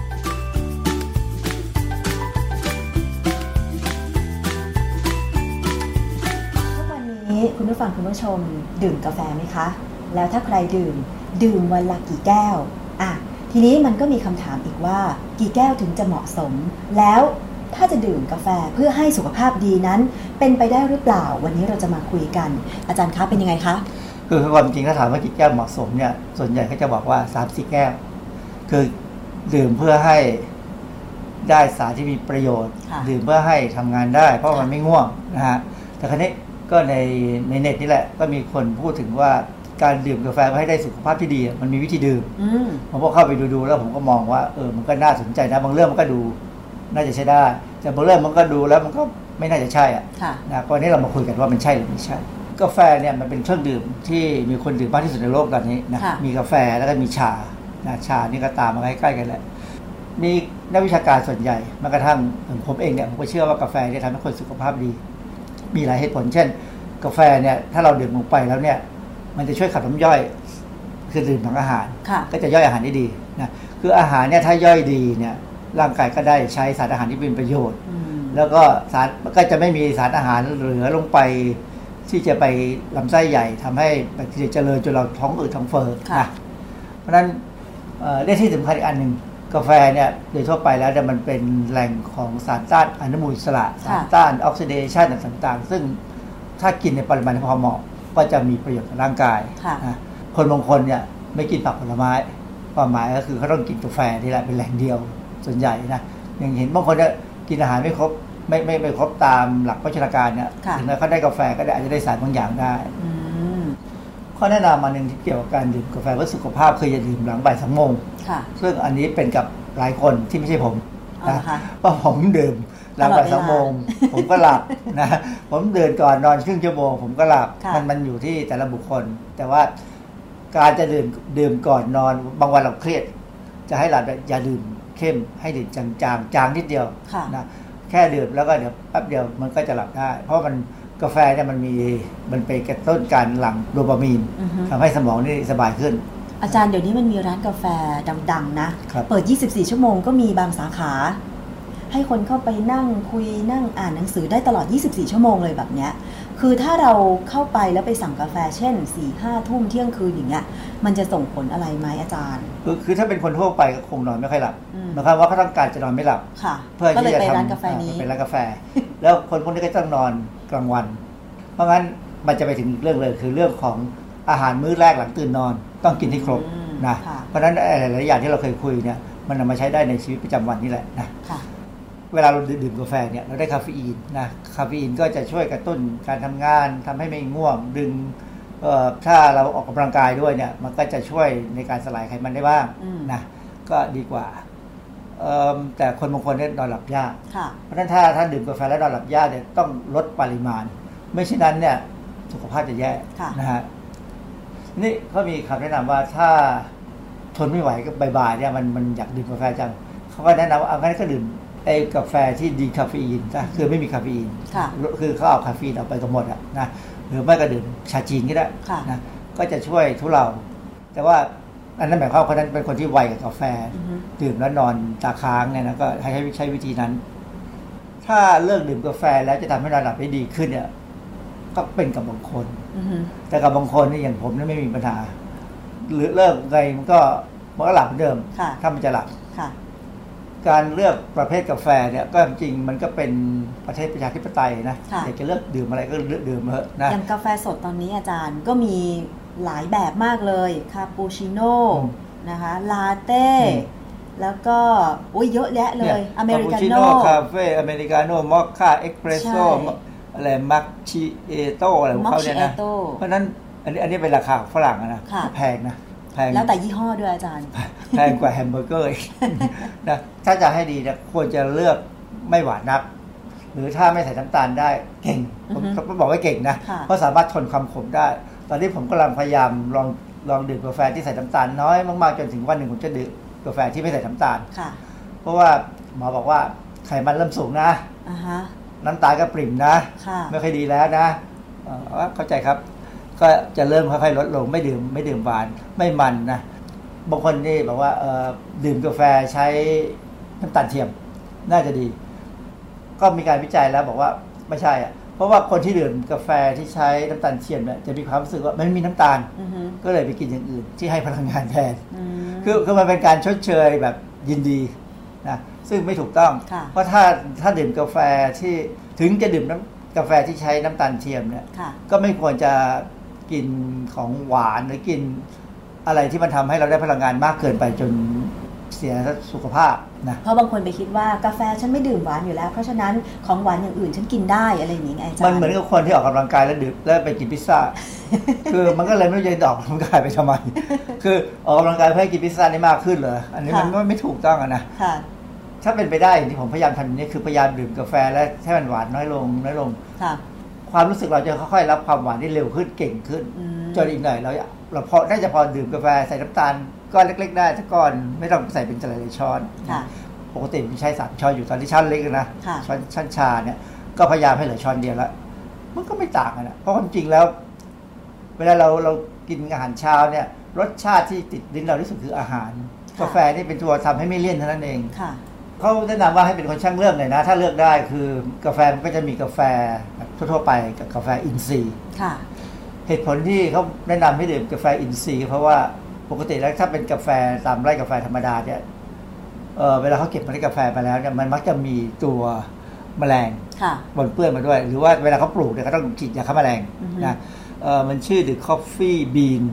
วันนี้คุณผู้ฟังคุณผู้ชมดื่มกาแฟไหมคะแล้วถ้าใครดื่มวันละกี่แก้วทีนี้มันก็มีคำถามอีกว่ากี่แก้วถึงจะเหมาะสมแล้วถ้าจะดื่มกาแฟเพื่อให้สุขภาพดีนั้นเป็นไปได้หรือเปล่าวันนี้เราจะมาคุยกันอาจารย์คะเป็นยังไงคะคือความจริงถ้าถามว่ากี่แก้วเหมาะสมเนี่ยส่วนใหญ่เขาจะบอกว่า 3-4 แก้วคือดื่มเพื่อให้ได้สารที่มีประโยชน์ดื่มเพื่อให้ทำงานได้เพราะมันไม่ง่วงนะฮะแต่ครั้นี้ก็ในเน็ตนี่แหละก็มีคนพูดถึงว่าการดื่มกาแฟเพื่อให้ได้สุขภาพที่ดีมันมีวิธีดื่มผมก็เข้าไปดูแล้วผมก็มองว่ามันก็น่าสนใจนะบางเรื่องมันก็ดูน่าจะใช้ได้แต่บางเรื่องมันก็ดูแล้วมันก็ไม่น่าจะใช่นะวันนี้เรามาคุยกันว่ามันใช่หรือไม่ใช่กาแฟเนี่ยมันเป็นเครื่องดื่มที่มีคนดื่มมากที่สุดในโลกตอนนี้นะมีกาแฟแล้วก็มีชาชานี่ก็ตามมาใกล้ๆกันแหละมีนักวิชาการส่วนใหญ่แม้กระทั่งผมเองเนี่ยผมก็เชื่อว่ากาแฟเนี่ยทำให้คนสุขภาพดีมีหลายเหตุผลเช่นกาแฟเนี่ยถ้าเราดื่มลงไปแล้วเนี่ยมันจะช่วยขับน้ำย่อยคือดื่มของอาหารก็จะย่อยอาหารได้ดีนะคืออาหารเนี่ยถ้าย่อยดีเนี่ยร่างกายก็ได้ใช้สารอาหารที่เป็นประโยชน์แล้วก็สารก็จะไม่มีสารอาหารเหลือลงไปที่จะไปลำไส้ใหญ่ทำให้แบคทีเรียเจริญจนเราท้องอืดท้องเฟ้อนะเพราะฉะนั้นได้ที่สำคัญอีกอันหนึ่งกาแฟเนี่ยโดยทั่วไปแล้วมันเป็นแหล่งของสารต้านอนุมูลอิสระสารต้านออกซิเดชันต่างๆซึ่งถ้ากินในปริมาณที่พอเหมาะก็จะมีประโยชน์กับร่างกายนะคนบางคนเนี่ยไม่กินผักผลไม้ความหมายก็คือเขาต้องกินกาแฟนี่แหละเป็นแหล่งเดียวส่วนใหญ่นะอย่างเห็นบางคนเนี่ยกินอาหารไม่ครบไม่ครบตามหลักโภชนาการเนี่ยถึงแม้เขาได้กาแฟก็อาจจะได้สารบางอย่างได้ข้อแนะนำมาหนึ่งที่เกี่ยวกับการดื่มกาแฟเพื่อสุขภาพคืออย่าดื่มหลังบ่าย 2 โมงซึ่งอันนี้เป็นกับหลายคนที่ไม่ใช่ผมนะเพราะผมดื่มหลังบ่าย 2 โมงผมก็หลับนะผมดื่มก่อนนอนครึ่งชั่วโมงผมก็หลับมันอยู่ที่แต่ละบุคคลแต่ว่าการจะดื่มก่อนนอนบางวันเราเครียดจะให้หลับอย่าดื่มเข้มให้ดื่มจางนิดเดียวนะแค่ดื่มแล้วก็เดี๋ยวแป๊บเดียวมันก็จะหลับได้เพราะมันกาแฟเนี่ยมันไปกระตุ้นการหลั่งโดปามีนทำให้สมองนี่สบายขึ้นอาจารย์เดี๋ยวนี้มันมีร้านกาแฟดังๆนะเปิด24ชั่วโมงก็มีบางสาขาให้คนเข้าไปนั่งคุยนั่งอ่านหนังสือได้ตลอด24ชั่วโมงเลยแบบเนี้ยคือถ้าเราเข้าไปแล้วไปสั่งกาแฟเช่น 4-5 ทุ่มเที่ยงคืนอย่างเงี้ยมันจะส่งผลอะไรไหมอาจารย์คือถ้าเป็นคนทั่วไปก็คงนอนไม่ค่อยหลับนะครับว่าเขาต้องการจะนอนไม่หลับเพื่อที่จะทำเป็นร้านกาแฟแล้วคนพวกนี้ก็ต้องนอนกลางวันเพราะงั้นมันจะไปถึงเรื่องเลยคือเรื่องของอาหารมื้อแรกหลังตื่นนอนต้องกินให้ครบนะเพราะฉะนั้นหลายๆอย่างที่เราเคยคุยเนี่ยมันนำมาใช้ได้ในชีวิตประจำวันนี่แหละนะเวลาเราดื่มกาแฟเนี่ยเราได้คาเฟอีนนะคาเฟอีนก็จะช่วยกระตุ้นการทำงานทำให้ไม่ง่วงดึงถ้าเราออกกำลังกายด้วยเนี่ยมันก็จะช่วยในการสลายไขมันได้บ้างนะก็ดีกว่าแต่คนบางคนเนี่ยนอนหลับยากเพราะฉะนั้นถ้าดื่มกาแฟแล้วนอนหลับยากเนี่ยต้องลดปริมาณไม่เช่นนั้นเนี่ยสุขภาพจะแย่นะฮะนี่เขามีคำแนะนำว่าถ้าทนไม่ไหวก็บ่ายๆเนี่ยมันอยากดื่มกาแฟจังเขาก็แนะนำว่าเอางั้นก็ดื่มไอ้กาแฟที่ดีคาเฟอีนนะคือไม่มีคาเฟอีนคือเขาเอาคาเฟอีนออกไปทั้งหมดอ่ะนะหรือไม่ก็ดื่มชาจีนก็ได้นะก็จะช่วยทุเลาแต่ว่าอันนั้นหมายความว่าคนนั้นเป็นคนที่ไวกับกาแฟดื่มแล้วนอนตาค้างเนี่ยนะก็ให้ใช้วิธีนั้นถ้าเลิกดื่มกาแฟแล้วจะทำให้นอนหลับได้ดีขึ้นเนี่ยก็เป็นกับบางคนแต่กับบางคนนี่อย่างผมนี่ไม่มีปัญหาหรือเลิกไงมันก็หลับเหมือนเดิมถ้ามันจะหลับการเลือกประเภทกาแฟเนี่ยก็จริงมันก็เป็นประเทศประชาธิปไตยนะอยากจะเลือกดื่มอะไรก็เลือกดื่มเถอะนะอย่างกาแฟสดตอนนี้อาจารย์ก็มีหลายแบบมากเลยคาปูชิโน่นะคะลาเต้แล้วก็เยอะแยะเลยอเมริกาโน่คาเฟ่อเมริกาโน่มอคค่าเอ็กเพรสโซ่อะไรมัคชิเอโต้อะไรของเขาเนี่ยนะเพราะนั้นอันนี้เป็นราคาของฝรั่งนะแพงนะแพงแล้วแต่ยี่ห้อด้วยอาจารย์แพงกว่าแฮมเบอร์เกอร์นะถ้าจะให้ดีนะควรจะเลือกไม่หวานนักหรือถ้าไม่ใส่น้ำตาลได้เก่งผมบอกว่าเก่งนะเพราะสามารถทนความขมได้ตอนนี้ผมกำลังพยายามลองดื่มกาแฟที่ใส่น้ำตาลน้อยมากๆจนถึงวันหนึ่งผมจะดื่มกาแฟที่ไม่ใส่น้ำตาลเพราะว่าหมอบอกว่าไขมันเริ่มสูงนะน้ำตาลก็ปริ่มนะไม่ค่อยดีแล้วนะเข้าใจครับก็จะเริ่มค่อยๆลดลงไม่ดื่มหวานไม่มันนะบางคนนี่บอกว่าดื่มกาแฟใช้น้ำตาลเทียมน่าจะดีก็มีการวิจัยแล้วบอกว่าไม่ใช่อ่ะเพราะว่าคนที่ดื่มกาแฟที่ใช้น้ำตาลเทียมเนี่ยจะมีความรู้สึกว่ามันไม่มีน้ำตาลก็เลยไปกินอย่างอื่นที่ให้พลังงานแทนคือมันเป็นการชดเชยแบบยินดีนะซึ่งไม่ถูกต้องเพราะถ้าดื่มกาแฟที่ถึงจะดื่มกาแฟที่ใช้น้ำตาลเทียมเนี่ยก็ไม่ควรจะกินของหวานหรือกินอะไรที่มันทำให้เราได้พลังงานมากเกินไปจนเสียสุขภาพนะเพราะบางคนไปคิดว่ากาแฟฉันไม่ดื่มหวานอยู่แล้วเพราะฉะนั้นของหวานอย่างอื่นฉันกินได้อะไรอย่างนี้ไงอาจารย์มันเหมือนกับคนที่ออกกำลังกายแล้วดื่มแล้วไปกินพิซซ่า คือมันก็เลยไม่รู้จะออกกำลังกายไปทำไม คือออกกำลังกายเพื่อให้กินพิซซ่าได้มากขึ้นเหรออันนี้มันไม่ถูกต้องนะถ้าเป็นไปได้อย่างที่ผมพยายามทำนี่คือพยายามดื่มกาแฟและให้มันหวานน้อยลงความรู้สึกเราจะค่อยๆรับความหวานได้เร็วขึ้นเก่งขึ้นจนอีกหน่อยเราพอได้จะพอดื่มกาแฟใส่น้ำตาลก้อนเล็กๆได้สักก้อนไม่ต้องใส่เป็นหลายๆช้อนปกติผมใช้3ช้อนอยู่ตอนที่ช้อนเล็กนะช้อนชาเนี่ยก็พยายามให้เหลือช้อนเดียวแล้วมันก็ไม่ต่างกันนะเพราะความจริงแล้วเวลาเรากินอาหารเช้าเนี่ยรสชาติที่ติดลิ้นเราที่สุดคืออาหารกาแฟนี่เป็นตัวทำให้ไม่เลี่ยนเท่านั้นเองเขาแนะนำว่าให้เป็นคนช่างเลือกหน่อยนะถ้าเลือกได้คือกาแฟมันก็จะมีกาแฟทั่วไปกับกาแฟอินทรีย์เหตุผลที่เขาแนะนำให้ดื่มกาแฟอินทรีย์เพราะว่าปกติแล้วถ้าเป็นกาแฟตามไร่กาแฟธรรมดาเนี่ยเวลาเขาเก็บเมล็ดกาแฟมาแล้วเนี่ยมันมักจะมีตัวแมลงปนเปื้อนมาด้วยหรือว่าเวลาเขาปลูกเนี่ยเขาต้องฉีดยาฆ่าแมลงนะมันชื่อ The Coffee Bean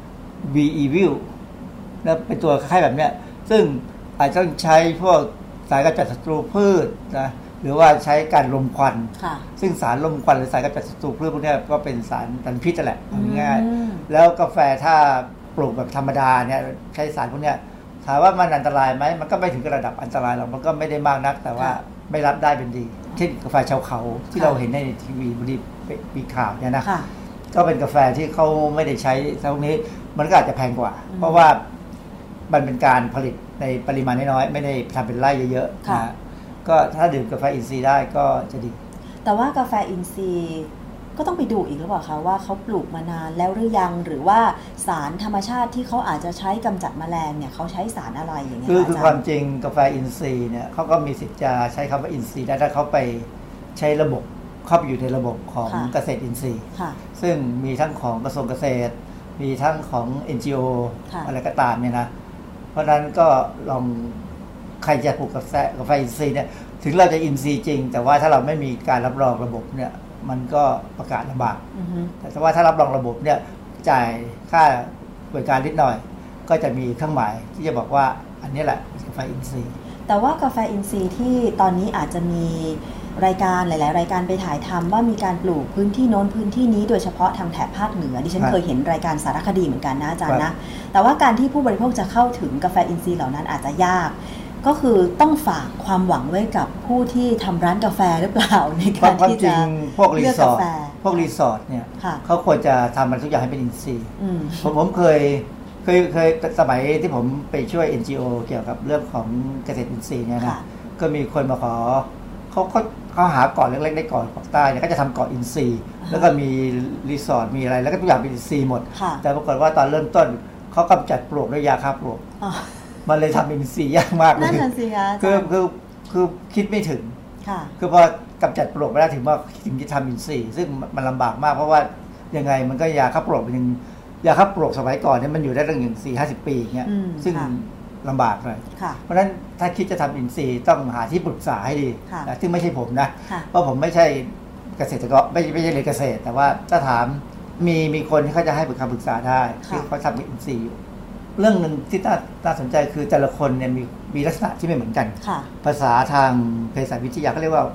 Bee Evil แล้วเป็นตัวคล้ายๆแบบเนี้ยซึ่งอาจจะต้องใช้พวกสารกำจัดศัตรูพืชนะหรือว่าใช้การลมควันซึ่งสารลมควันหรือสารกำจัดศัตรูพืชพวกนี้ก็เป็นสารพิษแหละง่ายๆแล้วกาแฟถ้าปลูกแบบธรรมดาเนี่ยใช้สารพวกนี้ถามว่ามันอันตรายไหมมันก็ไม่ถึงระดับอันตรายหรอกมันก็ไม่ได้มากนักแต่ว่าไม่รับได้เป็นดีเช่นกาแฟชาวเขาที่เราเห็นในทีวีบริมีข่าวเนี่ยนะก็เป็นกาแฟที่เขาไม่ได้ใช้พวกนี้มันก็อาจจะแพงกว่าเพราะว่ามันเป็นการผลิตในปริมาณน้อยๆไม่ได้ทำเป็นไร่เยอะๆนะก็ถ้าดื่มกาแฟอินทรีย์ได้ก็จะดีแต่ว่ากาแฟอินทรีย์ก็ต้องไปดูอีกหรือเปล่าคะว่าเขาปลูกมานานแล้วหรือยังหรือว่าสารธรรมชาติที่เขาอาจจะใช้กำจัดแมลงเนี่ยเขาใช้สารอะไรอย่างเงี้ยคือความจริงกาแฟอินทรีย์เนี่ยเขาก็มีสิทธิ์จะใช้คำว่าอินทรีย์ได้ถ้าเขาไปใช้ระบบเข้าไปอยู่ในระบบของเกษตรอินทรีย์ซึ่งมีทั้งของกระทรวงเกษตรมีทั้งของ NGO อะไรก็ตามเนี่ยนะเพราะนั้นก็ลองใครจะปลูกกาแฟอินทรีย์เนี่ยถึงเราจะอินทรีย์จริงแต่ว่าถ้าเราไม่มีการรับรองระบบเนี่ยมันก็ประกาศลำบากแต่ว่าถ้ารับรองระบบเนี่ยจ่ายค่าบริการนิดหน่อยก็จะมีเครื่องหมายที่จะบอกว่าอันนี้แหละกาแฟอินทรีย์แต่ว่ากาแฟอินทรีย์ที่ตอนนี้อาจจะมีรายการหลายๆรายการไปถ่ายทำว่ามีการปลูกพื้นที่โน้นพื้นที่นี้โดยเฉพาะทางแถบภาคเหนือดิฉันเคยเห็นรายการสารคดีเหมือนกันนะอาจารย์นะแต่ว่าการที่ผู้บริโภคจะเข้าถึงกาแฟอินทรีย์เหล่านั้นอาจจะยากก็คือต้องฝากความหวังไว้กับผู้ที่ทำร้านกาแฟหรือเปล่าในการที่จะเลือกกาแฟพวกรีสอร์ทเนี่ยเขาควรจะทำมันทุกอย่างให้เป็นอินทรีย์ผมเคยสมัยที่ผมไปช่วย NGO เกี่ยวกับเรื่องของเกษตรอินทรีย์เนี่ยนะก็มีคนมาขอเขาหาเกาะเล็กๆในเกาะภาคใต้เนี่ยก็จะทำเกาะอินทรีย์แล้วก็มีรีสอร์ทมีอะไรแล้วก็ทุกอย่างเป็นอินทรีย์หมดแต่ปรากฏว่าตอนเริ่มต้นเขากำจัดปลวกด้วยยาฆ่าปลวกมันเลยทำอินทรีย์ยากมากเลยนั่นน่ะสิคะคือคิดไม่ถึงคือพอกำจัดปลวกไม่ได้ถึงว่าถึงจะทำอินทรีย์ซึ่งมันลำบากมากเพราะว่ายังไงมันก็ยาฆ่าปลวกมันยังยาฆ่าปลวกสมัยก่อนเนี่ยมันอยู่ได้ตั้งอย่าง40-50 ปีอย่างเงี้ยซึ่งลำบากเลยเพราะฉะนั้นถ้าคิดจะทำอินทรีย์ต้องหาที่ปรึกษาให้ดีนะซึ่งไม่ใช่ผมนะเพราะผมไม่ใช่เกษตรกรไม่ใช่เรียนเกษตรแต่ว่าถ้าถามมีคนที่เขาจะให้คำปรึกษาได้ที่เขาทำอินทรีย์อยู่เรื่องนึงที่น่าสนใจคือแต่ละคนเนี่ยมีลักษณะที่ไม่เหมือนกันภาษาทางเภสัชวิทยาเขาเรียกว่า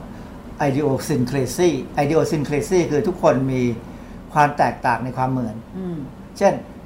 idiosyncrasy คือทุกคนมีความแตกต่างในความเหมือนเช่น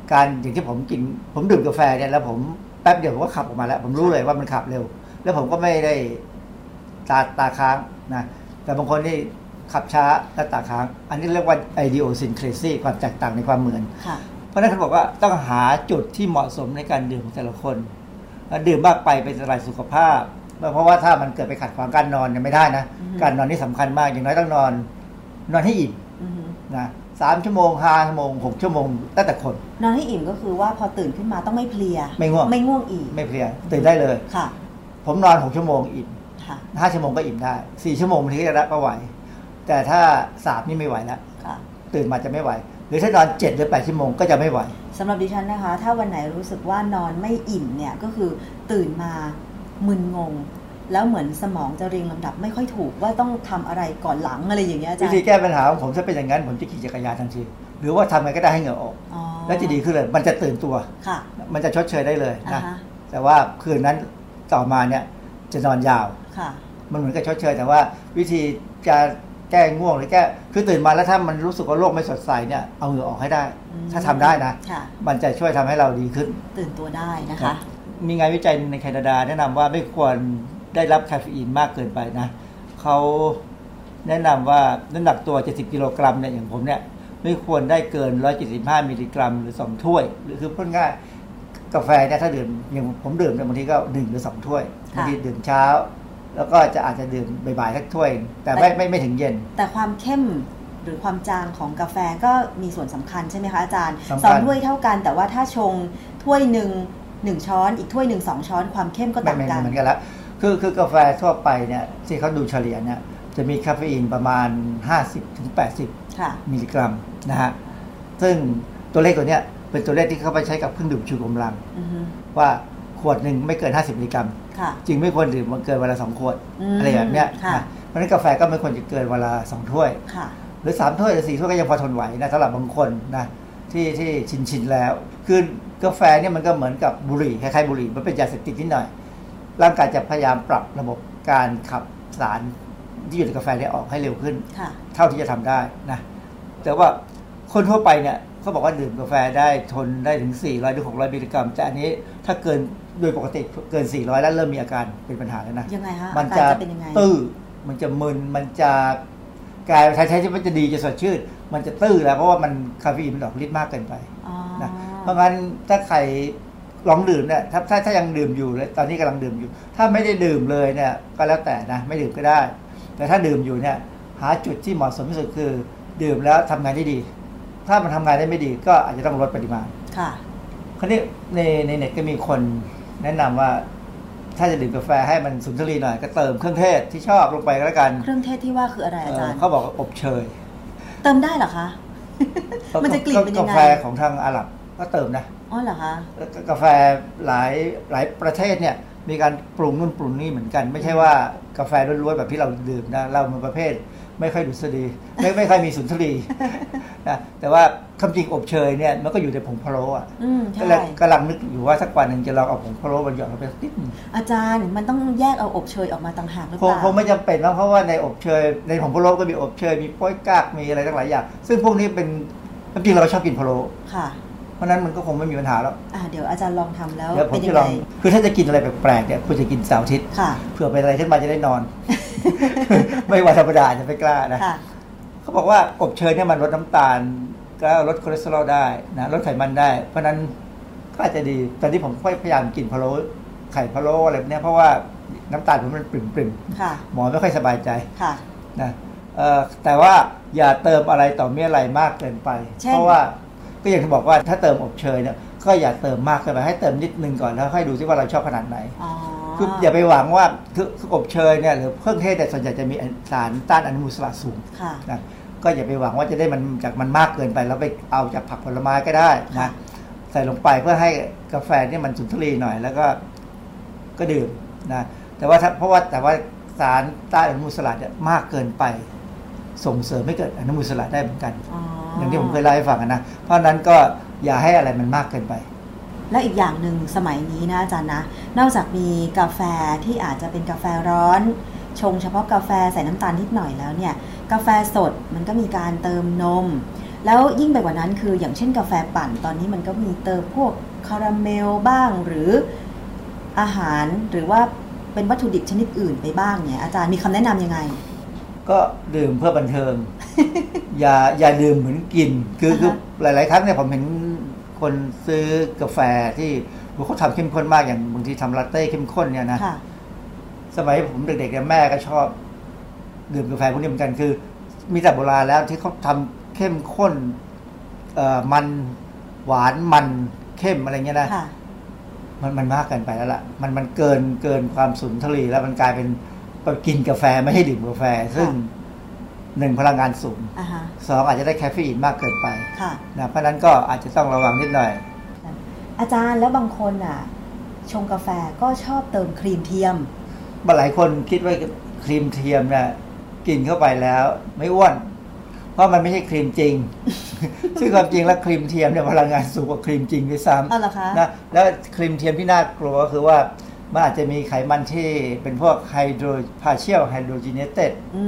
การอย่างที่ผมกินผมดื่มกาแฟเนี่ยแล้วผมแป๊บเดียวผมก็ขับออกมาแล้วผมรู้เลยว่ามันขับเร็วแล้วผมก็ไม่ได้ตาค้างนะแต่บางคนนี่ขับช้าและตาค้างอันนี้เรียกว่า idiosyncrasy ความแตกต่างในความเหมือนเพราะนั้นเขาบอกว่าต้องหาจุดที่เหมาะสมในการดื่มของแต่ละคนดื่มมากไปเป็นอันตรายสุขภาพเพราะว่าถ้ามันเกิดไปขัดขวางการนอนเนี่ยไม่ได้นะการนอนนี่สำคัญมากอย่างน้อยต้องนอนให้อิ่มนะ3 ชั่วโมง5 ชั่วโมง6 ชั่วโมงแล้วแต่คนนอนให้อิ่มก็คือว่าพอตื่นขึ้นมาต้องไม่เพลียไม่ง่วงอีกไม่เพลียตื่นได้เลยค่ะผมนอน6 ชั่วโมงอิ่ม5 ชั่วโมงก็อิ่มได้4 ชั่วโมงบางทีก็ไหวแต่ถ้า3นี่ไม่ไหวแล้วตื่นมาจะไม่ไหวหรือถ้านอน7 หรือ 8 ชั่วโมงก็จะไม่ไหวสำหรับดิฉันนะคะถ้าวันไหนรู้สึกว่านอนไม่อิ่มเนี่ยก็คือตื่นมามึนงงแล้วเหมือนสมองจะเรียงลำดับไม่ค่อยถูกว่าต้องทำอะไรก่อนหลังอะไรอย่างเงี้ยอาจารย์วิธีแก้ปัญหาของผมถ้าเป็นอย่างนั้นผมจะขี่จักรยานทันทีหรือว่าทำไงก็ได้ให้เหงื่อออกแล้วจะดีขึ้นเลยมันจะตื่นตัวมันจะชดเชยได้เลยนะแต่ว่าคืนนั้นต่อมาเนี่ยจะนอนยาวมันเหมือนกับชดเชยแต่ว่าวิธีจะแก้ง่วงหรือแก้คือตื่นมาแล้วถ้ามันรู้สึกว่าโลกไม่สดใสเนี่ยเอาเหงื่อออกให้ได้ถ้าทำได้นะมันจะช่วยทำให้เราดีขึ้นตื่นตัวได้นะคะมีงานวิจัยในแคนาดาแนะนำว่าไม่ควรได้รับคาเฟอีนมากเกินไปนะเขาแนะนำว่าน้ำหนักตัว70 กิโลกรัมเนี่ยอย่างผมเนี่ยไม่ควรได้เกิน175 มิลลิกรัมหรือ2 ถ้วยหรือคือพูดง่ายกาแฟเนี่ยถ้าดื่มอย่างผมดื่มเนี่ยบางทีก็1 หรือ 2 ถ้วยบางทีดื่มเช้าแล้วก็อาจจะดื่มบ่ายๆสักถ้วยแต่ไม่ถึงเย็นแต่ความเข้มหรือความจางของกาแฟก็มีส่วนสำคัญใช่ไหมคะอาจารย์2 ถ้วยเท่ากันแต่ว่าถ้าชงถ้วย1 ช้อนอีกถ้วย2 ช้อนความเข้มก็ต่างกันเหมือนกันแล้วคือกาแฟทั่วไปเนี่ยที่เขาดูเฉลี่ยเนี่ยจะมีคาเฟอีนประมาณ 50-80 มิลลิกรัมนะฮะซึ่งตัวเลขตัวเนี้ยเป็นตัวเลขที่เขาไปใช้กับเครื่องดื่มชูกำลังว่าขวดหนึ่งไม่เกิน50 มิลลิกรัมจริงไม่ควรดื่มมันเกินวันละ2 ขวดอะไรแบบเนี้ยเพราะฉะนั้นกาแฟก็ไม่ควรจะเกินวันละ2 ถ้วยหรือ3 ถ้วยหรือ4 ถ้วยก็ยังพอทนไหวนะสำหรับบางคนนะที่ชินแล้วคือกาแฟเนี่ยมันก็เหมือนกับบุหรี่คล้ายๆบุหรี่มันเป็นยาเสพติดนิดหน่อยร่างกายจะพยายามปรับระบบการขับสารที่อยู่ในกาแฟนี้ออกให้เร็วขึ้นเท่าที่จะทำได้นะแต่ว่าคนทั่วไปเนี่ยเขาบอกว่าดื่มกาแฟได้ทนได้ถึง400 ถึง 600 มิลลิกรัมแต่อันนี้ถ้าเกินโดยปกติเกิน400แล้วเริ่มมีอาการเป็นปัญหาแล้วนะยังไงฮะมันจะตื้อมันจะมึนมันจะกายใช้ที่มันจะดีจะสดชื่นมันจะตื้อแล้วเพราะว่ามันคาเฟอีนมันออกฤทธิ์มากเกินไปนะเพราะงั้นถ้าใครลองดื่มเนี่ยถ้ายังดื่มอยู่เลยตอนนี้กำลังดื่มอยู่ถ้าไม่ได้ดื่มเลยเนี่ยก็แล้วแต่นะไม่ดื่มก็ได้แต่ถ้าดื่มอยู่เนี่ยหาจุดที่เหมาะสมที่สุดคือดื่มแล้วทำงานได้ดีถ้ามันทำงานได้ไม่ดีก็อาจจะต้องลดปริมาณค่ะคราวนี้ในเน็ตก็มีคนแนะนำว่าถ้าจะดื่มกาแฟให้มันสุนทรีหน่อยก็เติมเครื่องเทศที่ชอบลงไปก็แล้วกันเครื่องเทศที่ว่าคืออะไรอาจารย์เขาบอกอบเชยเติมได้เหรอคะมันจะกลิ่นเป็นยังไงกาแฟของทางอาหรับก็เติมนะอ๋อเหรอคะกาแฟหลายประเทศเนี่ยมีการปรุงนู่นปรุงนี่เหมือนกันไม่ใช่ว่ากาแฟล้วนๆแบบที่เราดื่มนะเราเป็นประเภทไม่ค่อยดุษฎีไม่ค่อยมีสุนทรีนะแต่ว่าคำจริงอบเชยเนี่ยมันก็อยู่ในผงพะโล้อ่ะกำลังนึกอยู่ว่าสักวันหนึ่งจะลองเอาผงพะโล้มันหยอดลงไปนิดนึงอาจารย์มันต้องแยกเอาอบเชยออกมาต่างหากหรือเปล่าคงไม่จำเป็นนะเพราะว่าในอบเชยในผงพะโล้ก็มีอบเชยมีโป๊ยกากมีอะไรทั้งหลายอย่างซึ่งพวกนี้เป็นจริงเราชอบกินพะโล้ค่ะเพราะนั้นมันก็คงไม่มีปัญหาแล้วเดี๋ยวอาจารย์ลองทำแล้วเป็นยังไงคือถ้าจะกินอะไรแปลกๆเนี่ยควรจะกินเสาร์อาทิตย์เผื่อเป็นอะไรขึ้นมาจะได้นอน ไม่วันธรรมดาจะไม่กล้านะเขาบอกว่าอบเชยเนี่ยมันลดน้ำตาลก็ลดคอเลสเตอรอลได้นะลดไขมันได้เพราะนั้นก็อาจจะดีตอนนี้ผมพยายามกินพะโล้ไข่พะโล้อะไรเนี่ยเพราะว่าน้ำตาลผมมันปริ่มๆหมอไม่ค่อยสบายใจนะแต่ว่าอย่าเติมอะไรต่อเมื่อไรมากเกินไปเพราะว่าก็อย่างที่บอกว่าถ้าเติมอบเชยเนี่ยก็อย่าเติมมากเกินไปให้เติมนิดนึงก่อนแล้วค่อยดูซิว่าเราชอบขนาดไหนคืออย่าไปหวังว่าคืออบเชยเนี่ยหรือเครื่องเทศแต่ส่วนใหญ่จะมีสารต้านอนุมูลอิสระสูงนะก็อย่าไปหวังว่าจะได้มันจากมันมากเกินไปแล้วไปเอาจากผักผลไม้ก็ได้นะใส่ลงไปเพื่อให้กาแฟนี่มันสุนทรีหน่อยแล้วก็ดื่มนะแต่ว่าเพราะว่าสารต้านอนุมูลอิสระเนี่ยมากเกินไปส่งเสริมให้เกิดอนุมูลอิสระได้เหมือนกันอย่างที่ผมเคยเล่าให้ฟังนะเพราะนั้นก็อย่าให้อะไรมันมากเกินไปและอีกอย่างหนึ่งสมัยนี้นะอาจารย์นะนอกจากมีกาแฟที่อาจจะเป็นกาแฟร้อนชงเฉพาะกาแฟใส่น้ำตาลนิดหน่อยแล้วเนี่ยกาแฟสดมันก็มีการเติมนมแล้วยิ่งไปกว่านั้นคืออย่างเช่นกาแฟปั่นตอนนี้มันก็มีเติมพวกคาราเมลบ้างหรืออาหารหรือว่าเป็นวัตถุดิบชนิดอื่นไปบ้างเนี่ยอาจารย์มีคำแนะนำยังไงก็ดื่มเพื่อบันเทิง อย่าดื่มเหมือนกินคือหลายๆครั้งเนี่ยผมเห็นคนซื้อกาแฟที่เขาทำเข้มข้นมากอย่างบางทีทำลาเต้เข้มข้นเนี่ยนะสมัยผมเด็กๆแม่ก็ชอบดื่มกาแฟพวกนี้เหมือนกันคือมีแต่โบราณแล้วที่เขาทำเข้มข้นมันหวานมันเข้มอะไรเงี้ยนะมันมากเกินไปแล้วล่ะมันเกินความสุนทรีแล้วมันกลายเป็นกินกาแฟไม่ให้ดื่มกาแฟซึ่ง1พลังงานสูง2อาจจะได้แคฟเฟอีนมากเกินไปนะเพราะนั้นก็อาจจะต้องระวังนิดหน่อยอาจารย์แล้วบางคนอ่ะชงกาแฟก็ชอบเติมครีมเทียมหลายคนคิดว่าครีมเทียมเนี่ยกินเข้าไปแล้วไม่อ้วนเพราะมันไม่ใช่ครีมจริง ซึ่งความจริงแล้วครีมเทียมเนี่ยพลังงานสูงกว่าครีมจริงด้วยซ้ำนะแล้วครีมเทียมที่น่ากลัวก็คือว่ามันอาจจะมีไขมันที่เป็นพวกpartial hydrogenated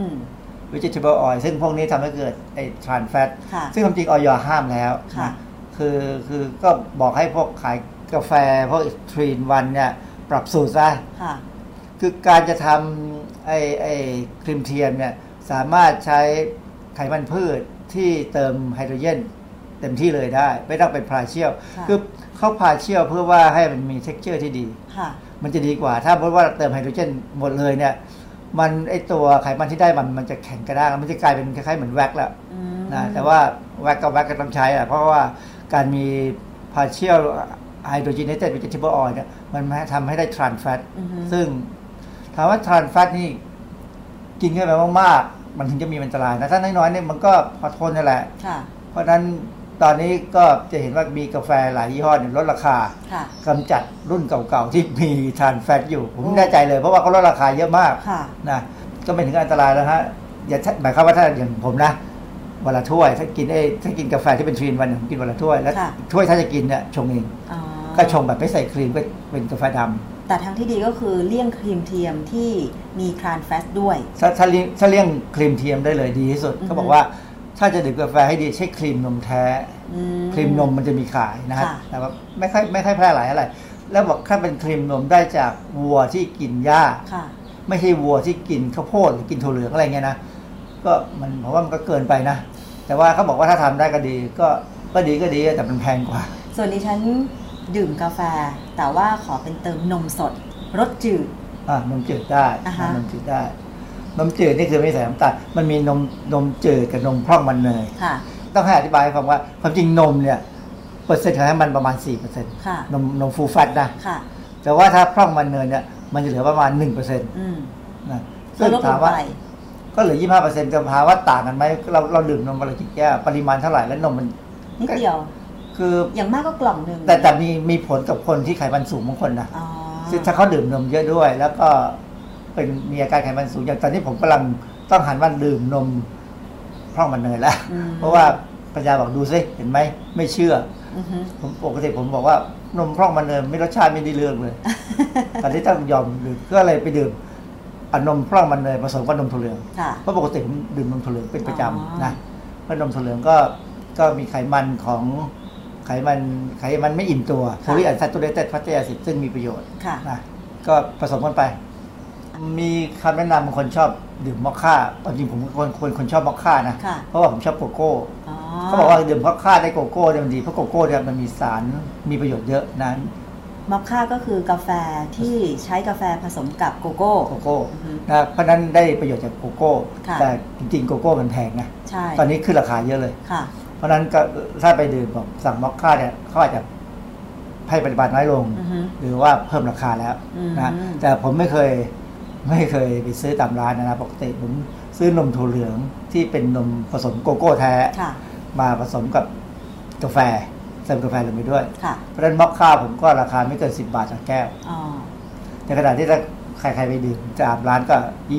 vegetable oil ซึ่งพวกนี้ทำให้เกิดไอ้ trans fat ซึ่งความจริงอย.ห้ามแล้วนะคือก็บอกให้พวกขายกาแฟพวก3-in-1เนี่ยปรับสูตรซะคือการจะทำไอ้ครีมเทียมเนี่ยสามารถใช้ไขมันพืชที่เติมไฮโดรเจนเต็มที่เลยได้ไม่ต้องเป็นพาร์เชียลคือเขาพาร์เชียลเพื่อว่าให้มันมีเท็กเจอร์ที่ดีมันจะดีกว่าถ้าเพราะว่าเติมไฮโดรเจนหมดเลยเนี่ยมันไอตัวไขมันที่ได้มันจะแข็งกระด้างมันจะกลายเป็นคล้ายๆเหมือนแว็กแล้วนะแต่ว่าแว็กก็ต้องใช้เพราะว่าการมี partial hydrogenated vegetable oil เนี่ยมันทำให้ได้ trans fat ซึ่งถามว่า trans fat นี่กินเข้าไปมากๆมันถึงจะมีอันตรายนะถ้าน้อยๆเนี่ยมันก็พอทนนั่นแหละเพราะฉะนั้นตอนนี้ก็จะเห็นว่ามีกาแฟหลายยี่ห้อเนี่ยลดราคากำจัดรุ่นเก่าๆที่มีทรานแฟตอยู่ผมแน่ใจเลยเพราะว่าเขาลดราคาเยอะมากนะก็ไม่ถึงอันตรายแล้วฮะอย่าหมายความว่าถ้าอย่างผมนะวันละถ้วยถ้ากินกาแฟที่เป็น3-in-1วันผมกินวันละถ้วยแล้วถ้วยถ้าจะกินเนี่ยชงเองก็ชงแบบไม่ใส่ครีมก็เป็นกาแฟดำแต่ทางที่ดีก็คือเลี่ยงครีมเทียมที่มีทรานแฟตด้วยถ้าเลี่ยงครีมเทียมได้เลยดีที่สุดเขาบอกว่าถ้าจะดื่มกาแฟให้ดีใช้ครีมนมแท้ครีมนมมันจะมีขายนะครับแต่ว่าไม่ค่อยแพร่หลายอะไรแล้วบอกถ้าเป็นครีมนมได้จากวัวที่กินหญ้าไม่ใช่วัวที่กินข้าวโพดหรือกินถั่วเหลืองอะไรเงี้ยนะก็มันเพราะว่ามันก็เกินไปนะแต่ว่าเขาบอกว่าถ้าทำได้ก็ดีก็ดีแต่มันแพงกว่าส่วนดิฉันดื่มกาแฟแต่ว่าขอเป็นเติมนมสดรสจืดนมจืดได้นมจืดได้นมจืดนี่คือไม่ใส่น้ำตาลมันมีนมจืดกับนมพร่องมันเนยต้องให้อธิบายให้ฟังว่าความจริงนมเนี่ยเปอร์เซ็นต์ของมันประมาณ 4% นมฟูลแฟตนะแต่ว่าถ้าพร่องมันเนยเนี่ยมันจะเหลือประมาณ 1% นะซึ่งถามว่าก็เหลือ 25% จะถามว่าต่างกันไหมเราดื่มนมวันละกี่แก้วปริมาณเท่าไหร่แล้วนมมันนิดเดียวคืออย่างมากก็กล่องนึงแต่มีผลกับคนที่ไขมันสูงบางคนนะซึ่งถ้าเขาดื่มนมเยอะด้วยแล้วก็เป็นมีอาการไขมันสูงอย่างตอนนี้ผมกำลังต้องหันมาดื่มนมพร่องมันเนยแล้วเพราะว่าปัญญาบอกดูซิเห็นไหมไม่เชื่อผมปกติผมบอกว่านมพร่องมันเนยไม่รสชาติไม่ได้เรื่องเลยตอนนี้ต้องยอมดื่มก็เลยไปดื่มนมพร่องมันเนยผสมกับนมถั่วเหลืองเพราะปกติผมดื่มนมถั่วเหลืองเป็นประจำนะเพราะนมถั่วเหลืองก็มีไขมันของไขมันไม่อิ่มตัวโพลีอันซัตูเรเต็ดแฟตตี้แอซิดซึ่งมีประโยชน์นะก็ผสมกันไปมีคำแนะนำบางคนชอบดื่มมอคค่าตอนจริงผมคนชอบมอคค่านะเพราะว่าผมชอบโกโก้เขาบอกว่าดื่มมอคค่าได้โกโก้เนี่ยมันดีเพราะโกโก้เนี่ยมันมีสารมีประโยชน์เยอะนะมอคค่าก็คือกาแฟที่ใช้กาแฟผสมกับโกโก้นะเพราะนั้นได้ประโยชน์จากโกโก้แต่จริงๆโกโก้มันแพงนะตอนนี้ขึ้นราคาเยอะเลยเพราะนั้นก็ถ้าไปดื่มบอกสั่งมอคค่าเนี่ยเขาอาจจะให้ปริมาณน้อยลงหรือว่าเพิ่มราคาแล้วนะแต่ผมไม่เคยไปซื้อตามร้านนะปกติผมซื้อนมถั่วเหลืองที่เป็นนมผสมโกโก้แท้มาผสมกับกาแฟเติมกาแฟลงไปด้วยเพราะฉะนั้นมอคค่าผมก็ราคาไม่เกิน10 บาทต่อแก้วในขณะที่ถ้าใครไปดื่มตามร้านก็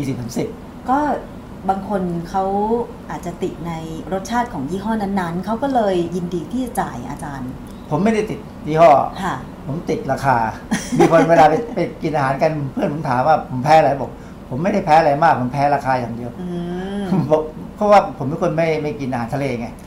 20-30 ก็บางคนเขาอาจจะติดในรสชาติของยี่ห้อนั้นๆเขาก็เลยยินดีที่จะจ่ายอาจารย์ผมไม่ได้ติดยี่ห้อผมติดราคามีคนเวลาไปกินอาหารกันเพื่อนผมถามว่าผมแพ้อะไรบอกผมไม่ได้แพ้อะไรมากผมแพ้ราคาอย่างเดียวเพราะว่าผมเป็นคนไม่กินอาหารทะเลไง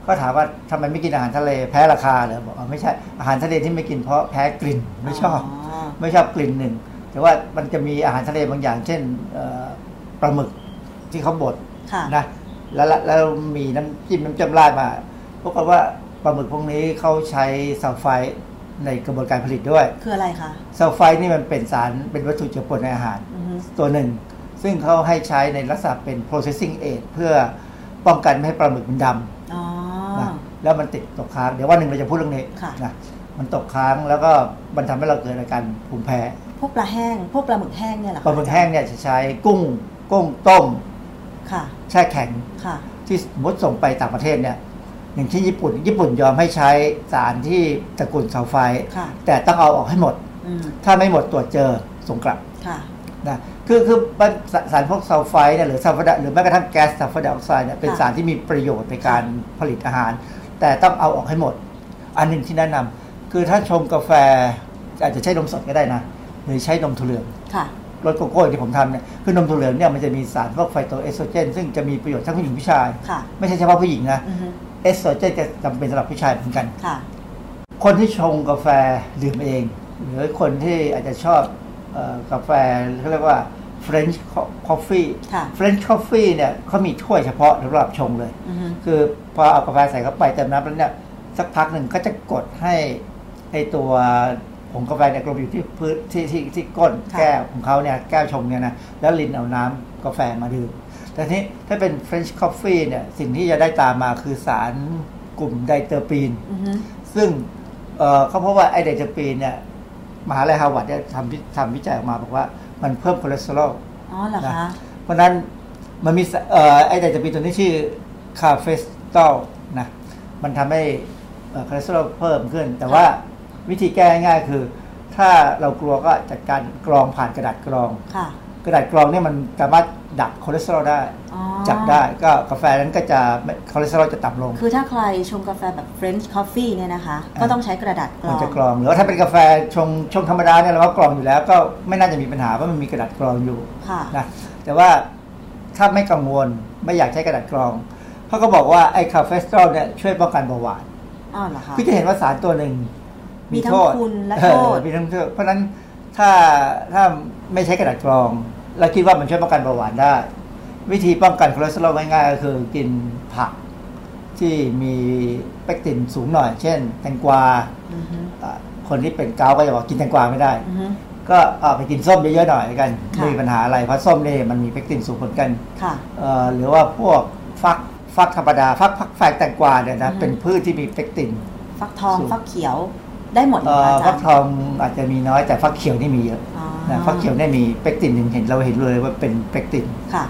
ก็ถามว่าทำไมไม่กินอาหารทะเลแพ้ราคาเหรอบอกไม่ใช่อาหารทะเลที่ไม่กินเพราะแพ้กลิ่นไม่ชอบกลิ่นหนึ่งแต่ว่ามันจะมีอาหารทะเลบางอย่างเช่นปลาหมึกที่เขาบดนะแล้วมีน้ำจิ้มน้ำจำราดมาพบว่าปลาหมึกพวกนี้เขาใช้ซัลไฟด์ในกระบวนการผลิตด้วยคืออะไรคะซัลไฟด์นี่มันเป็นสารเป็นวัตถุเจือปนในอาหารตัวหนึ่งซึ่งเขาให้ใช้ในลักษณะเป็น processing aid เพื่อป้องกันไม่ให้ปลาหมึกมันดำนะแล้วมันติดตกค้างเดี๋ยววันหนึ่งเราจะพูดเรื่องนี้นะมันตกค้างแล้วก็มันทำให้เราเกิดอาการภูมิแพ้พวกปลาแห้งพวกปลาหมึกแห้งเนี่ยหรอปลาหมึกแห้งเนี่ยจะใช้กุ้งต้มแช่แข็งที่มดส่งไปต่างประเทศเนี่ยอย่างที่ญี่ปุ่นยอมให้ใช้สารที่ตระกูลซัลไฟด์แต่ต้องเอาออกให้หมดถ้าไม่หมดตรวจเจอส่งกลับนะคือสารพวกซัลไฟด์เนี่ยหรือซัลฟาร์หรือแม้กระทั่งแก๊สซัลฟาร์ไดออกไซด์เนี่ยเป็นสารที่มีประโยชน์ในการผลิตอาหารแต่ต้องเอาออกให้หมดอันนึงที่แนะนำคือถ้าชงกาแฟอาจจะใช้นมสดก็ได้นะหรือใช้นมถั่วเหลืองรสโกโก้ที่ผมทำเนี่ยคือนมถั่วเหลืองเนี่ยมันจะมีสารพวกไฟโตเอสโตรเจนซึ่งจะมีประโยชน์ทั้งผู้หญิงผู้ชายไม่ใช่เฉพาะผู้หญิงนะเอสโตรเจนจะจำเป็นสำหรับผู้ชายเหมือนกันคนที่ชงกาแฟดื่มเองหรือคนที่อาจจะชอบกาแฟเขาเรียกว่า French Coffee French Coffee เนี่ยเขามีถ้วยเฉพาะสำหรับชงเลยคือพอเอากาแฟใส่เข้าไปเติมน้ำแล้วเนี่ยสักพักหนึ่งก็จะกดให้ไอตัวผงกาแฟเนี่ยกลบอยู่ที่พื้นที่ก้นแก้วของเขาเนี่ยแก้วชงเนี่ยนะแล้วลินเอาน้ำกาแฟมาดื่มแต่นี้ถ้าเป็น French Coffee เนี่ยสิ่งที่จะได้ตามมาคือสารกลุ่มไดเตอร์ปีนซึ่งเขาพบว่าไอไดเตอร์ปีนเนี่ยมหาลัยฮาร์วาร์ดเนี่ยทำวิจัยออกมาบอกว่ามันเพิ่มคอเลสเตอรอลเหรอคะเพราะนั้นมันมีไอไดเตอร์ปีนตัวนี้ชื่อคาเฟสตอลนะมันทำให้คอเลสเตอรอลเพิ่มขึ้นแต่ว่าวิธีแก้ง่ายๆคือถ้าเรากลัวก็จัดการกรองผ่านกระดาษกรองกระดาษกรองเนี่ยมันสามารถดักคอเลสเตอรอลได้จับได้ก็กาแฟนั้นก็จะคอเลสเตอรอลจะต่ำลงคือถ้าใครชงกาแฟแบบ French Coffee เนี่ยนะคะก็ต้องใช้กระดาษกรองมันจะกรองหรือว่าถ้าเป็นกาแฟชงธรรมดาเนี่ยเราก็กรองอยู่แล้วก็ไม่น่าจะมีปัญหาเพราะมันมีกระดาษกรองอยู่นะแต่ว่าถ้าไม่กังวลไม่อยากใช้กระดาษกรองเขาก็บอกว่าไอ้คาเฟสตอลเนี่ยช่วยป้องกันเบาหวานเหรอคะคือจะเห็นว่าสารตัวหนึ่งมีทั้งคุณและโทษมีทั้งโทษเพราะนั้นถ้าไม่ใช้กระดาษกรองเราคิดว่ามันช่วยป้องกันเบาหวานได้วิธีป้องกันคอเลสเตอรอลง่ายๆก็คือกินผักที่มีเปกตินสูงหน่อยเช่นแตงกวาคนที่เป็นเกาต์ก็จะบอกกินแตงกวาไม่ได้ก็ไปกินส้มเยอะๆหน่อยกันไม่มีปัญหาอะไรเพราะส้มนี่มันมีเปกตินสูงเหมือนกันหรือว่าพวกฟักธรรมดาฟักแฝกแตงกวาเนี่ยนะเป็นพืชที่มีเปกตินฟักทองฟักเขียวได้หมดฟักทองอาจจะมีน้อยแต่ฟักเขียวนี่มีเยอะนะฟักเขียวนี่มีเปกตินเราเห็นเลยว่าเป็นเปกตินค่ะ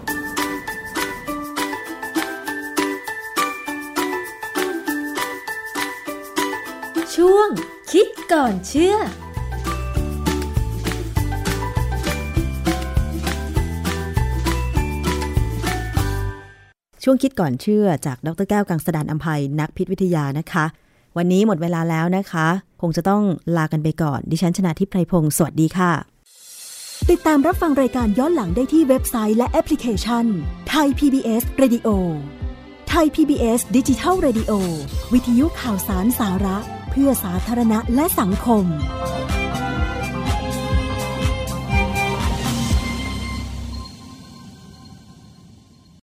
ช่วงคิดก่อนเชื่อช่วงคิดก่อนเชื่อจากดร.แก้วกังสดาลอำไพนักพิษวิทยานะคะวันนี้หมดเวลาแล้วนะคะคงจะต้องลากันไปก่อนดิฉันชนาธิป ไพรพงศ์สวัสดีค่ะติดตามรับฟังรายการย้อนหลังได้ที่เว็บไซต์และแอปพลิเคชัน Thai PBS Radio Thai PBS Digital Radio วิทยุข่าวสารสาระเพื่อสาธารณะและสังคม